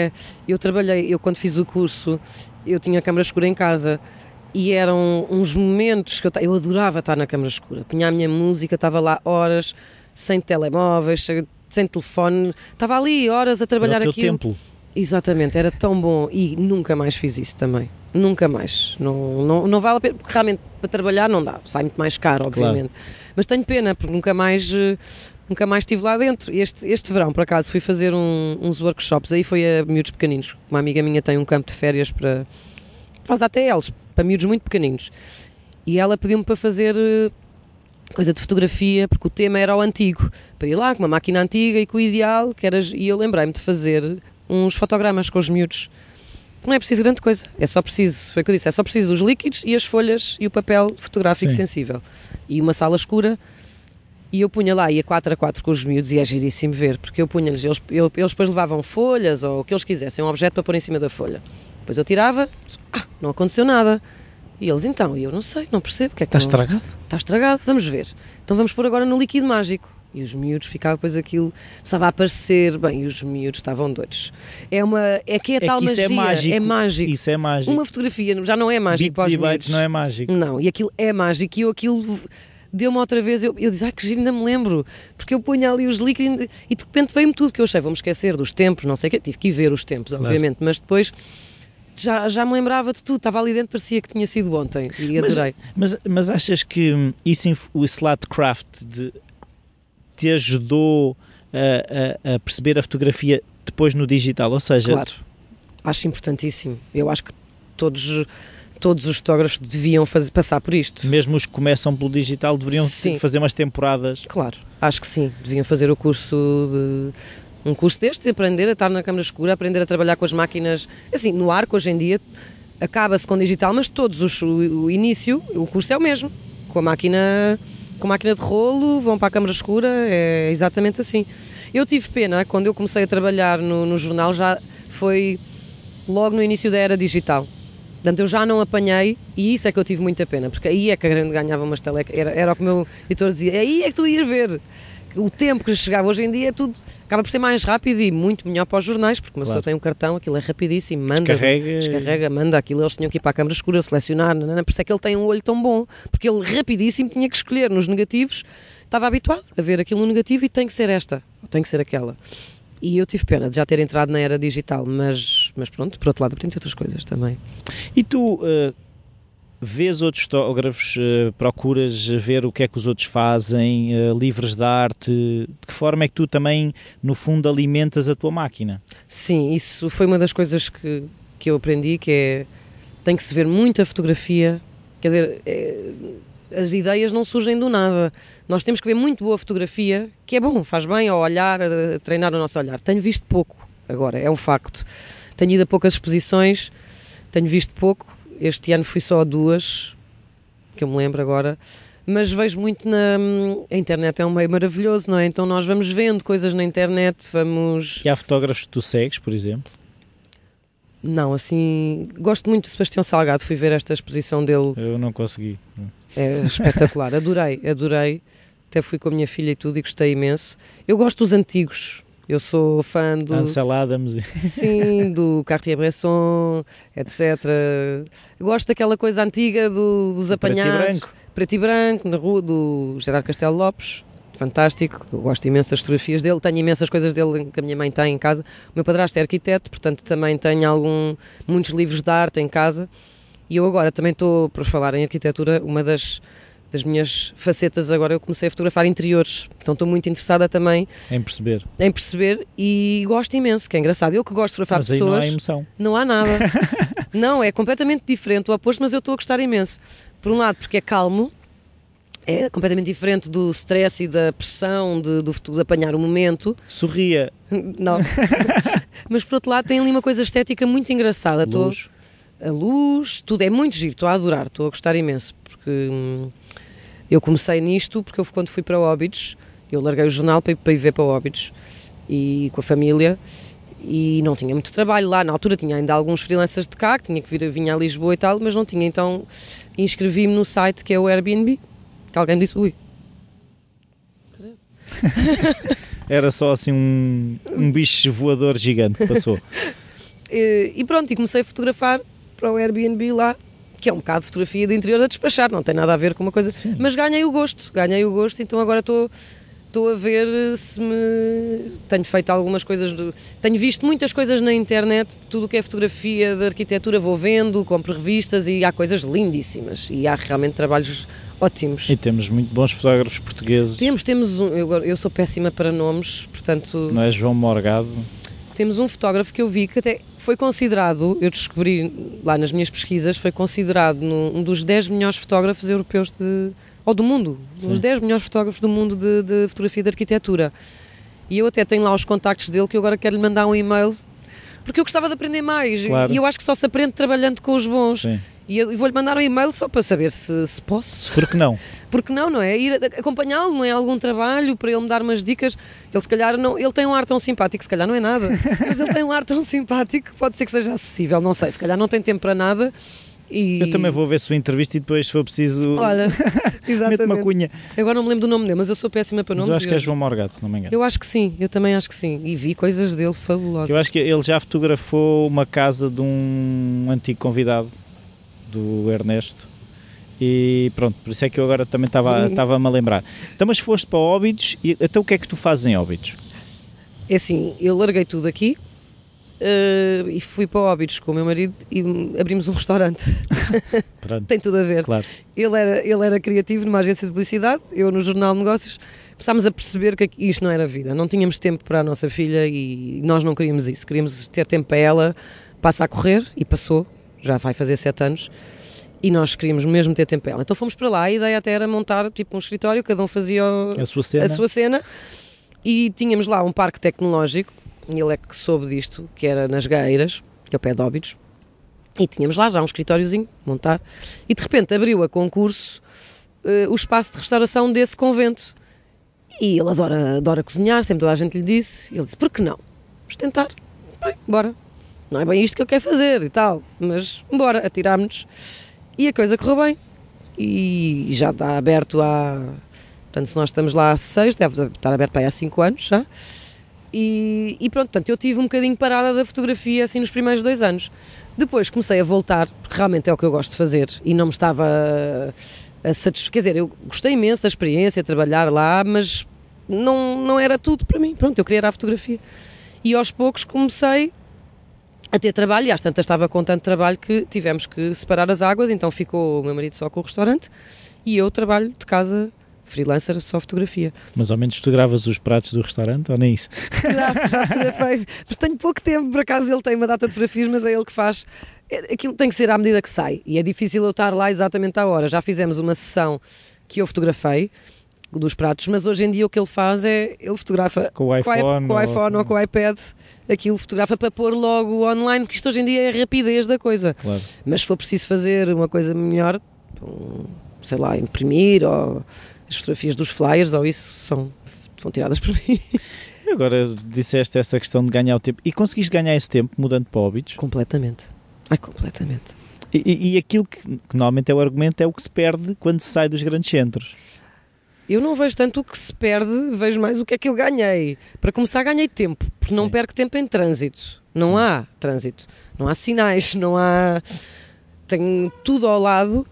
B: eu quando fiz o curso, eu tinha a câmara escura em casa e eram uns momentos que eu adorava estar na câmara escura. Tinha a minha música, estava lá horas, sem telemóveis, sem telefone, estava ali horas a trabalhar aquilo. Era o teu templo. Exatamente, era tão bom e nunca mais fiz isso também. Nunca mais. Não vale a pena, porque realmente para trabalhar não dá, sai muito mais caro, obviamente. Claro. Mas tenho pena, porque nunca mais estive lá dentro. Este verão, por acaso, fui fazer uns workshops, aí foi a miúdos pequeninos. Uma amiga minha tem um campo de férias faz ATLs, para miúdos muito pequeninos. E ela pediu-me para fazer coisa de fotografia, porque o tema era o antigo. Para ir lá com uma máquina antiga e com o ideal, e eu lembrei-me de fazer uns fotogramas com os miúdos. Não é preciso grande coisa, foi o que eu disse, é só preciso os líquidos e as folhas e o papel fotográfico sensível. E uma sala escura, e eu punha lá, ia 4x4 com os miúdos, e é giríssimo ver, porque eu punha-lhes, eles depois levavam folhas ou o que eles quisessem, um objeto para pôr em cima da folha. Depois eu tirava, não aconteceu nada. E eles, então, eu não sei, não percebo. Que é que
A: está estragado?
B: Está estragado, vamos ver. Então vamos pôr agora no líquido mágico. E os miúdos ficavam, depois aquilo começava a aparecer, e os miúdos estavam doidos. É que é tal magia, é mágico.
A: Isso é mágico.
B: Uma fotografia já não é mágico para os miúdos.
A: Bytes não é mágico.
B: Não, e aquilo é mágico, e aquilo deu-me outra vez, eu disse, que giro, ainda me lembro, porque eu punha ali os líquidos e de repente veio-me tudo, que eu achei, vou-me esquecer dos tempos, não sei o quê, tive que ir ver os tempos, obviamente, mas depois... Já me lembrava de tudo, estava ali dentro, parecia que tinha sido ontem, e adorei.
A: Mas achas que o Slatcraft te ajudou a perceber a fotografia depois no digital? Ou seja...
B: Claro, acho importantíssimo. Eu acho que todos os fotógrafos deviam passar por isto.
A: Mesmo os que começam pelo digital deveriam fazer umas temporadas?
B: Claro, acho que sim. Deviam fazer um curso deste, aprender a estar na câmara escura, aprender a trabalhar com as máquinas. Assim, no arco hoje em dia acaba-se com digital, mas o início, o curso é o mesmo. Com a máquina de rolo, vão para a câmara escura, é exatamente assim. Eu tive pena, quando eu comecei a trabalhar no jornal, já foi logo no início da era digital. Portanto, eu já não apanhei, e isso é que eu tive muita pena, porque aí é que a grande ganhava uma estaleca, era o que o meu editor dizia, aí é que tu ias ver. O tempo que chegava hoje em dia acaba por ser mais rápido e muito melhor para os jornais, porque uma pessoa tem um cartão, aquilo é rapidíssimo, descarrega, manda aquilo, eles tinham que ir para a câmara escura, selecionar, por isso é que ele tem um olho tão bom, porque ele rapidíssimo tinha que escolher nos negativos, estava habituado a ver aquilo no negativo e tem que ser esta, ou tem que ser aquela. E eu tive pena de já ter entrado na era digital, mas pronto, por outro lado, aprendi outras coisas também.
A: E tu... vês outros fotógrafos, procuras ver o que é que os outros fazem, livros de arte, de que forma é que tu também, no fundo, alimentas a tua máquina?
B: Sim, isso foi uma das coisas que eu aprendi, que é, tem que se ver muita fotografia, quer dizer, as ideias não surgem do nada, nós temos que ver muito boa fotografia, que é bom, faz bem ao olhar, a treinar o nosso olhar. Tenho visto pouco agora, é um facto. Tenho ido a poucas exposições, tenho visto pouco, este ano fui só a 2, que eu me lembro agora, mas vejo muito a internet é um meio maravilhoso, não é? Então nós vamos vendo coisas na internet, vamos...
A: E há fotógrafos que tu segues, por exemplo?
B: Não, assim, gosto muito do Sebastião Salgado, fui ver esta exposição dele.
A: Eu não consegui.
B: É espetacular, adorei, até fui com a minha filha e tudo e gostei imenso. Eu gosto dos antigos, eu sou fã do...
A: Ansel Adams.
B: Sim, do Cartier-Bresson, etc. Gosto daquela coisa antiga dos apanhados. Preto e branco, na rua do Gerardo Castelo Lopes, fantástico, eu gosto imenso das fotografias dele, tenho imensas coisas dele que a minha mãe tem em casa. O meu padrasto é arquiteto, portanto também tenho muitos livros de arte em casa, e eu agora também estou, por falar em arquitetura, uma das minhas facetas agora, eu comecei a fotografar interiores, então estou muito interessada também
A: em
B: perceber e gosto imenso, que é engraçado, eu que gosto de fotografar
A: mas
B: pessoas,
A: aí não há emoção.
B: Não há nada, não, é completamente diferente, o oposto, mas eu estou a gostar imenso. Por um lado, porque é calmo, é completamente diferente do stress e da pressão de apanhar o momento.
A: Sorria.
B: Não. Mas por outro lado, tem ali uma coisa estética muito engraçada. A luz, tudo é muito giro, estou a adorar, estou a gostar imenso. Porque eu comecei nisto, porque eu quando fui para Óbidos, eu larguei o jornal para ir ver para Óbidos e com a família. E não tinha muito trabalho lá, na altura tinha ainda alguns freelancers de cá, que tinha que vinha a Lisboa e tal, mas não tinha, então inscrevi-me no site que é o Airbnb, que alguém me disse, ui.
A: Era só assim um bicho voador gigante que passou.
B: E pronto, e comecei a fotografar para o Airbnb lá, que é um bocado de fotografia de interior a despachar, não tem nada a ver com uma coisa,
A: sim.
B: Mas ganhei o gosto, então agora estou a ver se tenho feito algumas coisas, tenho visto muitas coisas na internet, tudo o que é fotografia de arquitetura vou vendo, compro revistas e há coisas lindíssimas e há realmente trabalhos ótimos.
A: E temos muito bons fotógrafos portugueses.
B: Temos eu sou péssima para nomes, portanto...
A: Não é João Morgado?
B: Temos um fotógrafo que eu vi que até foi considerado, eu descobri lá nas minhas pesquisas, foi considerado um dos 10 melhores fotógrafos europeus ou do mundo, os 10 melhores fotógrafos do mundo de fotografia de arquitetura. E eu até tenho lá os contactos dele, que eu agora quero lhe mandar um e-mail, porque eu gostava de aprender mais,
A: claro.
B: E eu acho que só se aprende trabalhando com os bons.
A: Sim.
B: E eu vou-lhe mandar um e-mail só para saber se posso.
A: Porque não?
B: Porque não é? Ir acompanhá-lo, não é? Algum trabalho, para ele me dar umas dicas. Ele se calhar não, ele tem um ar tão simpático, se calhar não é nada, mas ele tem um ar tão simpático que pode ser que seja acessível, não sei, se calhar não tem tempo para nada.
A: Eu também vou ver a sua entrevista e depois, se for preciso,
B: olha, exatamente.
A: mete uma cunha.
B: Agora não me lembro do nome dele, mas eu sou péssima para nomes.
A: Mas eu acho que é João Morgado, se não me engano.
B: Eu acho que sim, eu também acho que sim. E vi coisas dele fabulosas.
A: Eu acho que ele já fotografou uma casa de um antigo convidado, do Ernesto. E pronto, por isso é que eu agora também estava-me a lembrar. Então, mas foste para Óbidos, e então o que é que tu fazes em Óbidos?
B: É assim, eu larguei tudo aqui. E fui para Óbidos com o meu marido e abrimos um restaurante. Tem tudo a ver.
A: Claro.
B: Ele era criativo numa agência de publicidade, eu no Jornal de Negócios. Começámos a perceber que isto não era vida, não tínhamos tempo para a nossa filha e nós não queríamos isso, queríamos ter tempo para ela. Passa a correr, e passou, já vai fazer 7 anos, e nós queríamos mesmo ter tempo para ela. Então fomos para lá, a ideia até era montar tipo um escritório, cada um fazia a sua cena, e tínhamos lá um parque tecnológico. E ele é que soube disto, que era nas Gaeiras, que é o pé de Óbidos, e tínhamos lá já um escritóriozinho, montar, e de repente abriu a concurso o espaço de restauração desse convento. E ele adora cozinhar, sempre toda a gente lhe disse, e ele disse, por que não? Vamos tentar. Bem, bora. Não é bem isto que eu quero fazer e tal, mas bora, atirámos-nos. E a coisa correu bem. E já está aberto portanto, se nós estamos lá há 6, deve estar aberto para aí há 5 anos já. E pronto, portanto, eu tive um bocadinho parada da fotografia assim nos primeiros 2 anos. Depois comecei a voltar, porque realmente é o que eu gosto de fazer e não me estava a satisfazer. Quer dizer, eu gostei imenso da experiência, de trabalhar lá, mas não era tudo para mim. Pronto, eu queria ir à fotografia. E aos poucos comecei a ter trabalho, e às tantas estava com tanto trabalho que tivemos que separar as águas, então ficou o meu marido só com o restaurante e eu trabalho de casa, freelancer, só fotografia.
A: Mas ao menos fotografas os pratos do restaurante, ou nem isso?
B: Já fotografei, mas tenho pouco tempo, por acaso ele tem uma data de fotografias, mas é ele que faz. Aquilo tem que ser à medida que sai, e é difícil eu estar lá exatamente à hora. Já fizemos uma sessão que eu fotografei, dos pratos, mas hoje em dia o que ele faz é, ele fotografa
A: Com o iPhone
B: ou com o iPad, aquilo fotografa para pôr logo online, porque isto hoje em dia é a rapidez da coisa.
A: Claro.
B: Mas se for preciso fazer uma coisa melhor, sei lá, imprimir, ou as fotografias dos flyers, ou isso, vão tiradas por mim.
A: Agora disseste essa questão de ganhar o tempo. E conseguiste ganhar esse tempo mudando para Óbidos?
B: Completamente. Completamente.
A: E aquilo que normalmente é o argumento é o que se perde quando se sai dos grandes centros.
B: Eu não vejo tanto o que se perde, vejo mais o que é que eu ganhei. Para começar, ganhei tempo, porque não perco tempo em trânsito. Não há trânsito, não há sinais, não há... Tenho tudo ao lado.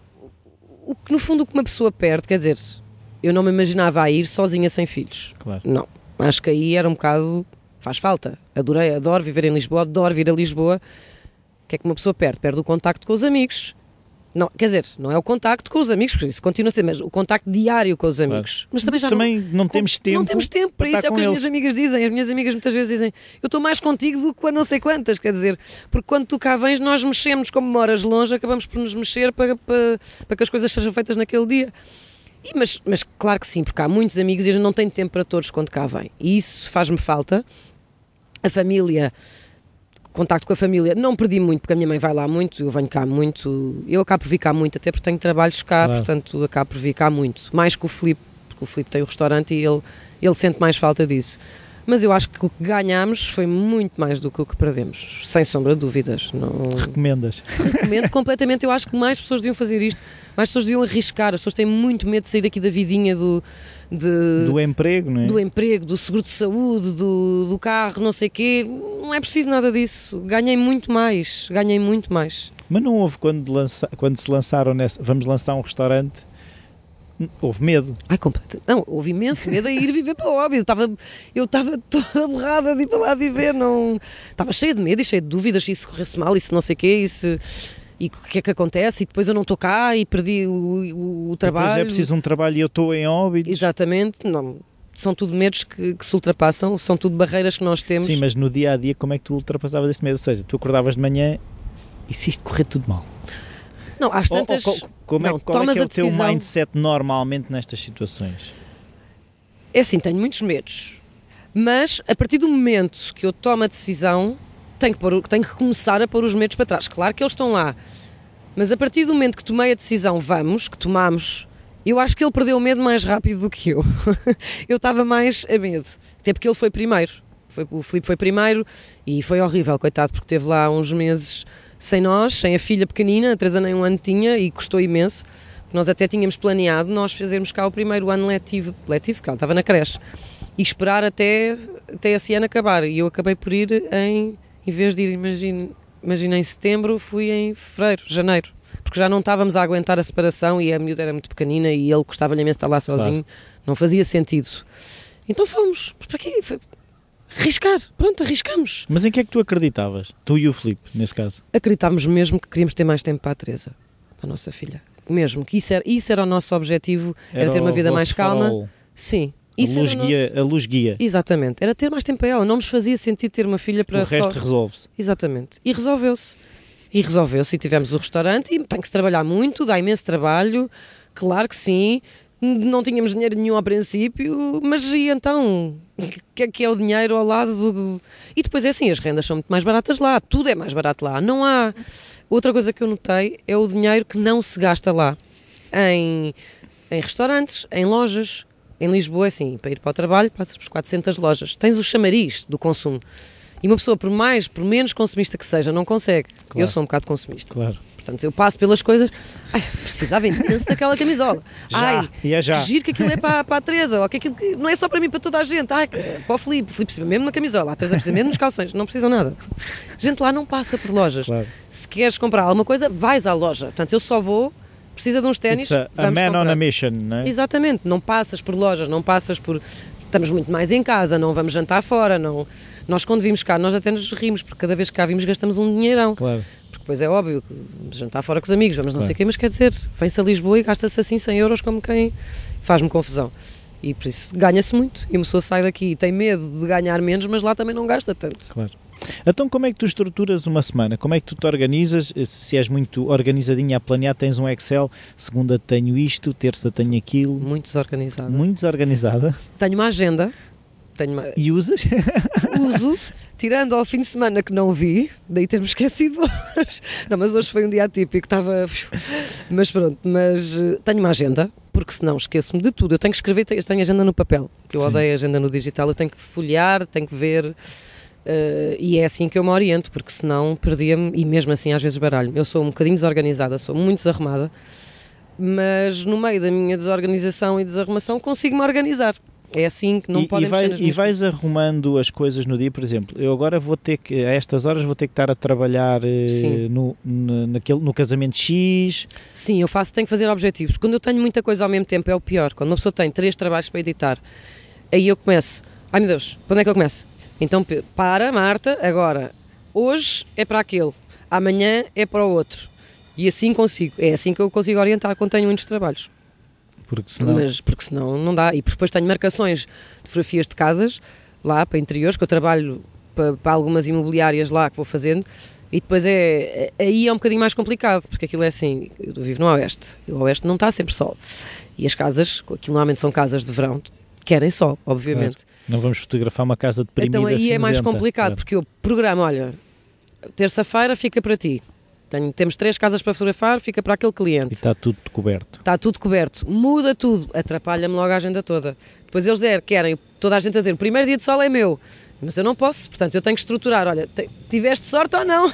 B: O que, no fundo, o que uma pessoa perde, quer dizer, eu não me imaginava a ir sozinha sem filhos.
A: Claro.
B: Não. Acho que aí era um bocado... Faz falta. Adoro viver em Lisboa, adoro vir a Lisboa. O que é que uma pessoa perde? Perde o contacto com os amigos. Não, quer dizer, não é o contacto com os amigos, porque isso continua a ser, mas o contacto diário com os amigos.
A: Claro. Mas também não temos tempo.
B: Não temos tempo para isso, é o que as minhas amigas dizem. As minhas amigas muitas vezes dizem, eu estou mais contigo do que com a não sei quantas, quer dizer, porque quando tu cá vens, nós mexemos, como moras longe, acabamos por nos mexer para que as coisas sejam feitas naquele dia. Mas claro que sim, porque há muitos amigos e a gente não tem tempo para todos quando cá vem. E isso faz-me falta. A família... Contacto com a família, não perdi muito, porque a minha mãe vai lá muito, eu venho cá muito, eu acabo por vir cá muito, até porque tenho trabalhos cá, claro. Portanto acabo por vir cá muito, mais que o Filipe, porque o Filipe tem o restaurante e ele sente mais falta disso. Mas eu acho que o que ganhámos foi muito mais do que o que perdemos, sem sombra de dúvidas. Não...
A: Recomendas?
B: Recomendo completamente, eu acho que mais pessoas deviam fazer isto, mais pessoas deviam arriscar, as pessoas têm muito medo de sair daqui da vidinha do
A: emprego, não é?
B: Do emprego, do seguro de saúde, do carro, não sei o quê, não é preciso nada disso, ganhei muito mais.
A: Mas não houve quando se lançaram vamos lançar um restaurante, houve medo?
B: Não, houve imenso medo a ir viver para Óbidos, eu estava toda borrada de ir para lá viver, não... Estava cheia de medo e cheia de dúvidas, se isso corresse mal, isso não sei o quê, e o que é que acontece, e depois eu não estou cá e perdi o trabalho.
A: Depois é preciso um trabalho e eu estou em Óbidos.
B: Exatamente, não, são tudo medos que se ultrapassam, são tudo barreiras que nós temos.
A: Sim, mas no dia a dia como é que tu ultrapassavas esse medo? Ou seja, tu acordavas de manhã e se isto correr tudo mal?
B: Não, às tantas...
A: Qual é que é o teu mindset normalmente nestas situações?
B: É assim, tenho muitos medos, mas a partir do momento que eu tomo a decisão, tenho que começar a pôr os medos para trás. Claro que eles estão lá, mas a partir do momento que tomei a decisão, que tomamos, eu acho que ele perdeu o medo mais rápido do que eu. Eu estava mais a medo, até porque ele foi primeiro. O Filipe foi primeiro e foi horrível, coitado, porque esteve lá uns meses sem nós, sem a filha pequenina, a Teresa nem um ano tinha e custou imenso. Nós até tínhamos planeado nós fazermos cá o primeiro ano letivo, que ela estava na creche, e esperar até esse ano acabar. E eu acabei por ir em vez de ir, imagina em setembro, fui em fevereiro, janeiro, porque já não estávamos a aguentar a separação e a miúda era muito pequenina e ele gostava-lhe imenso de estar lá sozinho, claro. Não fazia sentido. Então fomos, mas para quê? Arriscar, pronto, arriscamos.
A: Mas em que é que tu acreditavas? Tu e o Filipe, nesse caso?
B: Acreditávamos mesmo que queríamos ter mais tempo para a Teresa, para a nossa filha. Mesmo, que isso era o nosso objetivo, era ter uma vida mais calma.
A: Farol.
B: Sim.
A: A luz guia.
B: Exatamente, era ter mais tempo para ela, não nos fazia sentido ter uma filha para
A: o resto resolve-se.
B: Exatamente, e resolveu-se e tivemos o restaurante e tem que se trabalhar muito, dá imenso trabalho, claro que sim, não tínhamos dinheiro nenhum ao princípio, mas e então, o que é o dinheiro ao lado do... E depois é assim, as rendas são muito mais baratas lá, tudo é mais barato lá, não há... Outra coisa que eu notei é o dinheiro que não se gasta lá, em restaurantes, em lojas. Em Lisboa, assim, para ir para o trabalho, passas por 400 lojas. Tens o chamariz do consumo. E uma pessoa, por menos consumista que seja, não consegue. Claro. Eu sou um bocado consumista.
A: Claro.
B: Portanto, eu passo pelas coisas... Ai, precisava imenso daquela camisola.
A: Já.
B: Giro que aquilo é para a Teresa. Ou que aquilo não é só para mim, para toda a gente. Ai, para o Filipe. O Filipe precisa mesmo na camisola. A Teresa precisa mesmo nos calções. Não precisam nada. A gente lá não passa por lojas.
A: Claro.
B: Se queres comprar alguma coisa, vais à loja. Portanto, eu só vou... Precisa de uns ténis,
A: a man comprar. On a mission, não é?
B: Exatamente, não passas por lojas, não passas por... Estamos muito mais em casa, não vamos jantar fora, não... Nós quando vimos cá, nós até nos rimos, porque cada vez que cá vimos gastamos um dinheirão.
A: Claro.
B: Porque depois é óbvio, jantar fora com os amigos, vamos não sei o quê, mas quer dizer, vem-se a Lisboa e gasta-se assim 100 euros como quem faz-me confusão. E por isso ganha-se muito, e uma pessoa sai daqui e tem medo de ganhar menos, mas lá também não gasta tanto.
A: Claro. Então como é que tu estruturas uma semana? Como é que tu te organizas? Se és muito organizadinha a planear, tens um Excel, segunda tenho isto, terça tenho aquilo.
B: Muito desorganizada.
A: Muito desorganizada.
B: Tenho uma agenda.
A: E usas?
B: Uso, tirando ao fim de semana que não vi, daí ter-me esquecido hoje. Não, mas hoje foi um dia atípico, estava... Mas pronto, tenho uma agenda, porque senão esqueço-me de tudo. Eu tenho que escrever, tenho agenda no papel, que eu odeio agenda no digital, eu tenho que folhear, tenho que ver... e é assim que eu me oriento, porque senão perdia-me e mesmo assim às vezes baralho. Eu sou um bocadinho desorganizada, sou muito desarrumada, mas no meio da minha desorganização e desarrumação consigo-me organizar. É assim que não podem mexer nas minhas
A: vais arrumando as coisas no dia, por exemplo, eu agora vou ter que, a estas horas vou ter que estar a trabalhar no casamento X.
B: Sim, eu tenho que fazer objetivos. Quando eu tenho muita coisa ao mesmo tempo é o pior. Quando uma pessoa tem 3 trabalhos para editar, aí eu começo, ai meu Deus, para onde é que eu começo? Então, Marta, agora, hoje é para aquele, amanhã é para o outro. E assim é assim que eu consigo orientar quando tenho muitos trabalhos. Porque senão não dá. E depois tenho marcações de fotografias de casas, lá para interiores, que eu trabalho para algumas imobiliárias lá que vou fazendo, e depois aí é um bocadinho mais complicado, porque aquilo é assim, eu vivo no Oeste, e o Oeste não está sempre sol. E as casas, aquilo normalmente são casas de verão, querem sol, obviamente.
A: Claro. Não vamos fotografar uma casa deprimida.
B: Então aí
A: cinzenta.
B: É mais complicado,
A: claro.
B: Porque eu programo, olha, terça-feira fica para ti. Temos 3 casas para fotografar, fica para aquele cliente.
A: E está tudo coberto.
B: Está tudo coberto. Muda tudo. Atrapalha-me logo a agenda toda. Depois eles querem, toda a gente a dizer, o primeiro dia de sol é meu. Mas eu não posso, portanto eu tenho que estruturar. Olha, tiveste sorte ou não?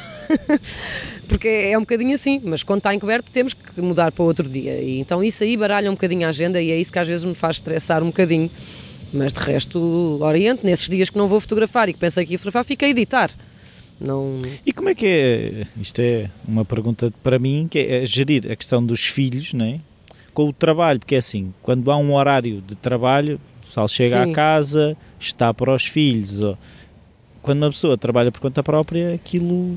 B: Porque é um bocadinho assim. Mas quando está encoberto temos que mudar para outro dia. E então isso aí baralha um bocadinho a agenda e é isso que às vezes me faz estressar um bocadinho. Mas de resto, oriento. Nesses dias que não vou fotografar e que pensei que ia fotografar, fico a editar. Não...
A: E como é que é, isto é uma pergunta para mim, que é gerir a questão dos filhos, não é? Com o trabalho, porque é assim, quando há um horário de trabalho, o pessoal chega à casa, está para os filhos, ou... quando uma pessoa trabalha por conta própria, aquilo...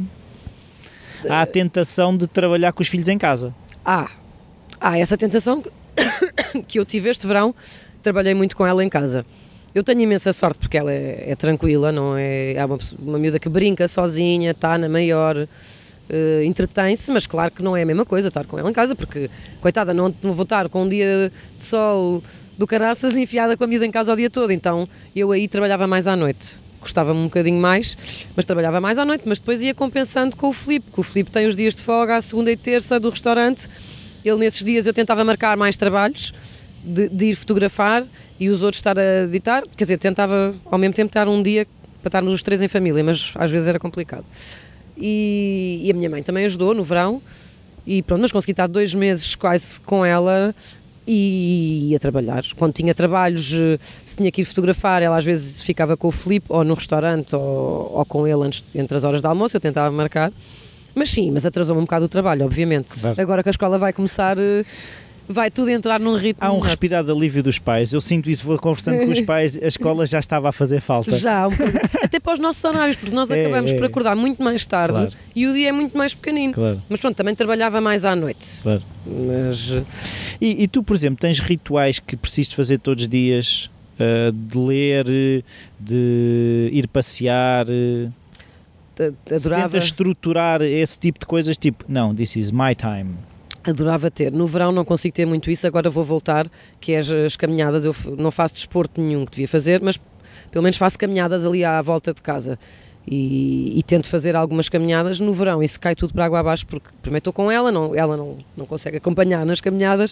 A: Há a tentação de trabalhar com os filhos em casa.
B: Há essa tentação que eu tive este verão, trabalhei muito com ela em casa. Eu tenho imensa sorte porque ela é tranquila, não é? É uma miúda que brinca sozinha, está na maior, entretém-se, mas claro que não é a mesma coisa estar com ela em casa, porque, coitada, não vou estar com um dia de sol do caraças enfiada com a miúda em casa o dia todo, então eu aí trabalhava mais à noite. Gostava-me um bocadinho mais, mas trabalhava mais à noite, mas depois ia compensando com o Filipe, porque o Filipe tem os dias de folga, à segunda e terça do restaurante, ele nesses dias eu tentava marcar mais trabalhos, de ir fotografar e os outros estar a editar, quer dizer, tentava ao mesmo tempo estar um dia para estarmos os 3 em família, mas às vezes era complicado. E a minha mãe também ajudou no verão e pronto, mas consegui estar 2 meses quase com ela e ia trabalhar. Quando tinha trabalhos, se tinha que ir fotografar, ela às vezes ficava com o Filipe ou no restaurante ou com ele entre as horas de almoço, eu tentava marcar. Mas sim, mas atrasou-me um bocado o trabalho, obviamente. Claro. Agora que a escola vai começar... vai tudo entrar num ritmo...
A: Há um respirar de alívio dos pais. Eu sinto isso, vou conversando com os pais, a escola já estava a fazer falta.
B: Já, até para os nossos horários, porque nós acabamos por acordar muito mais tarde, claro, e o dia é muito mais pequenino. Claro. Mas pronto, também trabalhava mais à noite.
A: Claro.
B: Mas...
A: E tu, por exemplo, tens rituais que precisas fazer todos os dias? De ler, de ir passear...
B: Adorava...
A: Se tenta estruturar esse tipo de coisas, tipo, não, this is my time...
B: Adorava ter. No verão não consigo ter muito isso, agora vou voltar, que é as caminhadas. Eu não faço desporto nenhum que devia fazer, mas pelo menos faço caminhadas ali à volta de casa. E tento fazer algumas caminhadas no verão. Isso cai tudo para água abaixo, porque primeiro estou com ela não consegue acompanhar nas caminhadas.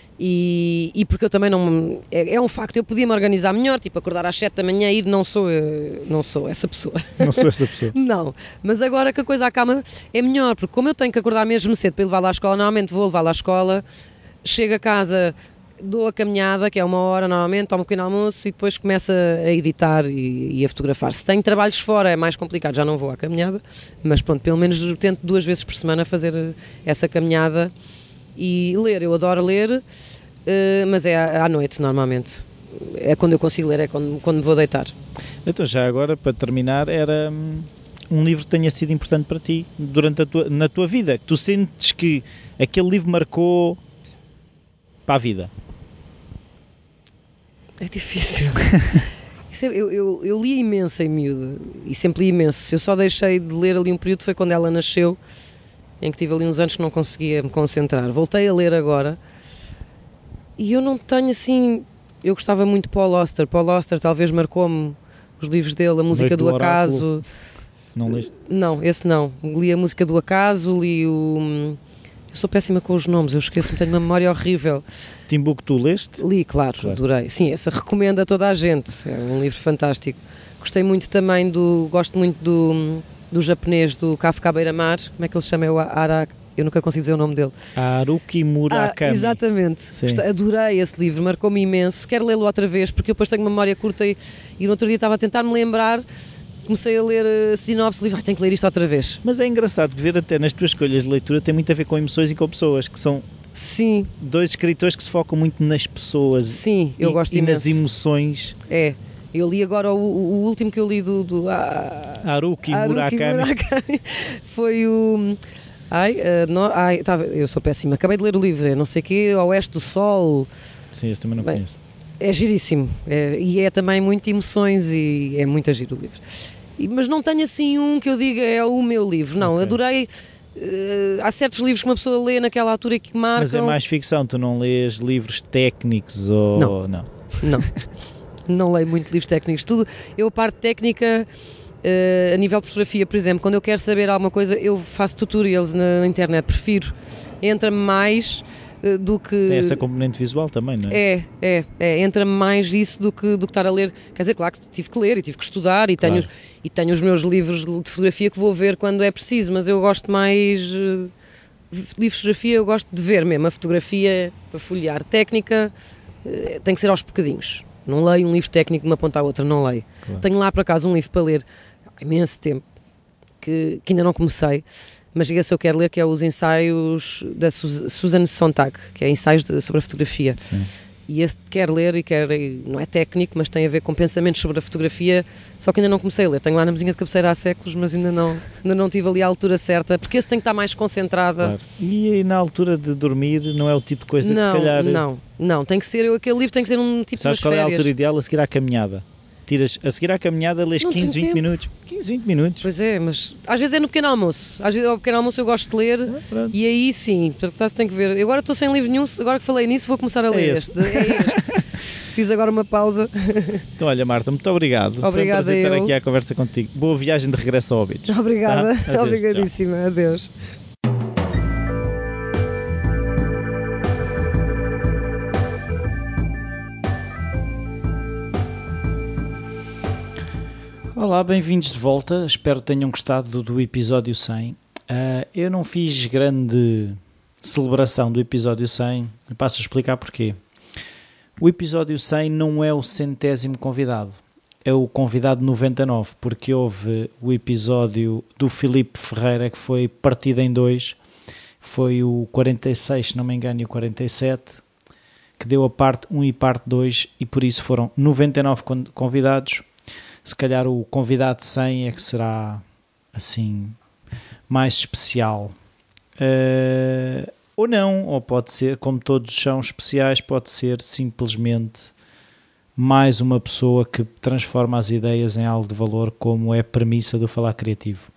B: E porque eu também não... É um facto, eu podia me organizar melhor, tipo acordar às 7 da manhã e ir, não sou essa pessoa.
A: Não sou essa pessoa.
B: Não, mas agora que a coisa acalma é melhor, porque como eu tenho que acordar mesmo cedo para ir levá-la à escola, normalmente vou levá-la à escola, chego a casa, dou a caminhada, que é 1 hora normalmente, tomo um pequeno almoço e depois começo a editar e a fotografar. Se tenho trabalhos fora é mais complicado, já não vou à caminhada, mas pronto, pelo menos tento 2 vezes por semana fazer essa caminhada. E ler, eu adoro ler, mas é à noite normalmente, é quando eu consigo ler, é quando me vou deitar.
A: Então já agora, para terminar, era um livro que tenha sido importante para ti durante na tua vida, que tu sentes que aquele livro marcou para a vida.
B: É difícil. Eu li imenso em miúdo, e sempre li imenso. Eu só deixei de ler ali um período, foi quando ela nasceu, em que tive ali uns anos que não conseguia me concentrar. Voltei a ler agora, e eu não tenho assim... Eu gostava muito de Paul Auster. Paul Auster talvez marcou-me os livros dele, A Música do Acaso.
A: Não leste?
B: Não, esse não. Li A Música do Acaso, li o... Eu sou péssima com os nomes, eu esqueço-me, tenho uma memória horrível.
A: Timbuktu leste?
B: Li, claro, adorei. Sim, essa recomendo a toda a gente, é um livro fantástico. Gostei muito também gosto muito do japonês, do Kafka Beira-Mar, como é que ele se chama? Eu nunca consigo dizer o nome dele.
A: Haruki Murakami.
B: Exatamente. Adorei esse livro, marcou-me imenso. Quero lê-lo outra vez, porque eu depois tenho uma memória curta e no outro dia estava a tentar me lembrar. Comecei a ler a sinopse e tenho que ler isto outra vez.
A: Mas é engraçado ver até nas tuas escolhas de leitura tem muito a ver com emoções e com pessoas, que são dois escritores que se focam muito nas pessoas.
B: Sim, eu gosto imenso.
A: E nas emoções.
B: É, eu li agora o último que eu li
A: Haruki Murakami.
B: Foi o... eu sou péssima, acabei de ler o livro, não sei o quê, Oeste do Sol.
A: Sim, esse também não conheço.
B: É giríssimo, e é também muito emoções e é muito giro o livro. Mas não tenho assim um que eu diga é o meu livro, não, adorei. Há certos livros que uma pessoa lê naquela altura que marcam.
A: Mas é mais ficção, tu não lês livros técnicos ou...
B: Não leio muito livros técnicos, tudo. Eu a parte técnica, a nível de fotografia, por exemplo, quando eu quero saber alguma coisa, eu faço tutorials na internet, prefiro. Entra-me mais do que...
A: Tem essa componente visual também, não é?
B: Entra-me mais isso do que estar a ler. Quer dizer, claro que tive que ler e tive que estudar e tenho os meus livros de fotografia que vou ver quando é preciso, mas eu gosto mais... livros de fotografia eu gosto de ver mesmo, a fotografia para folhear. Técnica tem que ser aos bocadinhos. Não leio um livro técnico de uma ponta à outra, não leio. Claro. Tenho lá por acaso um livro para ler há imenso tempo, que ainda não comecei, mas esse eu quero ler, que é os ensaios da Susan Sontag, que é ensaios sobre a fotografia. Sim. E esse quero ler não é técnico, mas tem a ver com pensamentos sobre a fotografia, só que ainda não comecei a ler. Tenho lá na mesinha de cabeceira há séculos, mas ainda não tive ali a altura certa, porque esse tem que estar mais concentrada. Claro.
A: E aí, na altura de dormir não é o tipo de coisa que se calhar...
B: Não, tem que ser, aquele livro tem que ser um tipo de férias.
A: Sabes qual é a altura ideal a seguir à caminhada? A seguir à caminhada lês 15, 20 minutos. 15, 20 minutos.
B: Pois é, mas às vezes é no pequeno almoço. Às vezes ao pequeno almoço eu gosto de ler e aí sim, portanto tem que ver. Eu agora estou sem livro nenhum, agora que falei nisso vou começar a ler este. Fiz agora uma pausa.
A: Então olha, Marta, muito obrigado.
B: Obrigada.
A: Foi um prazer estar aqui à conversa contigo. Boa viagem de regresso ao Óbidos.
B: Obrigada,
A: tá? Adeus,
B: obrigadíssima. Tchau. Adeus.
A: Olá, bem-vindos de volta, espero que tenham gostado do episódio 100. Eu não fiz grande celebração do episódio 100, passo a explicar porquê. O episódio 100 não é o 100º convidado, é o convidado 99, porque houve o episódio do Filipe Ferreira que foi partido em dois, foi o 46, se não me engano, e o 47, que deu a parte 1 e parte 2, e por isso foram 99 convidados. Se calhar o convidado 100 é que será assim mais especial, ou não, ou pode ser, como todos são especiais, pode ser simplesmente mais uma pessoa que transforma as ideias em algo de valor, como é a premissa do Falar Criativo.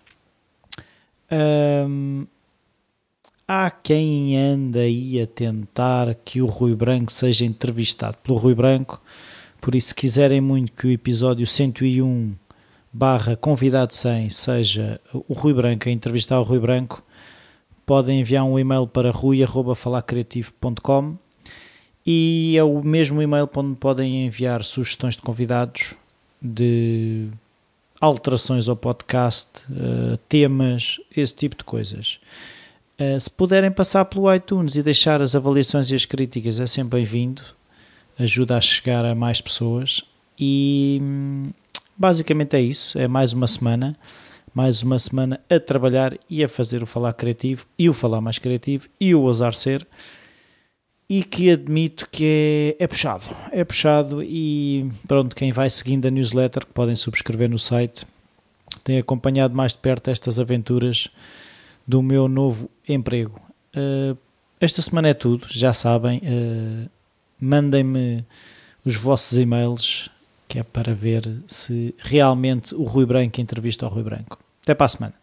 A: Há quem anda aí a tentar que o Rui Branco seja entrevistado pelo Rui Branco. Por isso, se quiserem muito que o episódio 101/convidado 100 seja o Rui Branco, a entrevistar o Rui Branco, podem enviar um e-mail para rui@falarcreativo.com e é o mesmo e-mail onde podem enviar sugestões de convidados, de alterações ao podcast, temas, esse tipo de coisas. Se puderem passar pelo iTunes e deixar as avaliações e as críticas, é sempre bem-vindo. Ajuda a chegar a mais pessoas e basicamente é isso, é mais uma semana a trabalhar e a fazer o Falar Criativo e o Falar Mais Criativo e o Ousar Ser, e que admito que é puxado e pronto, quem vai seguindo a newsletter, que podem subscrever no site, tem acompanhado mais de perto estas aventuras do meu novo emprego. Esta semana é tudo, já sabem. Mandem-me os vossos e-mails, que é para ver se realmente o Rui Branco entrevista ao Rui Branco. Até para a semana.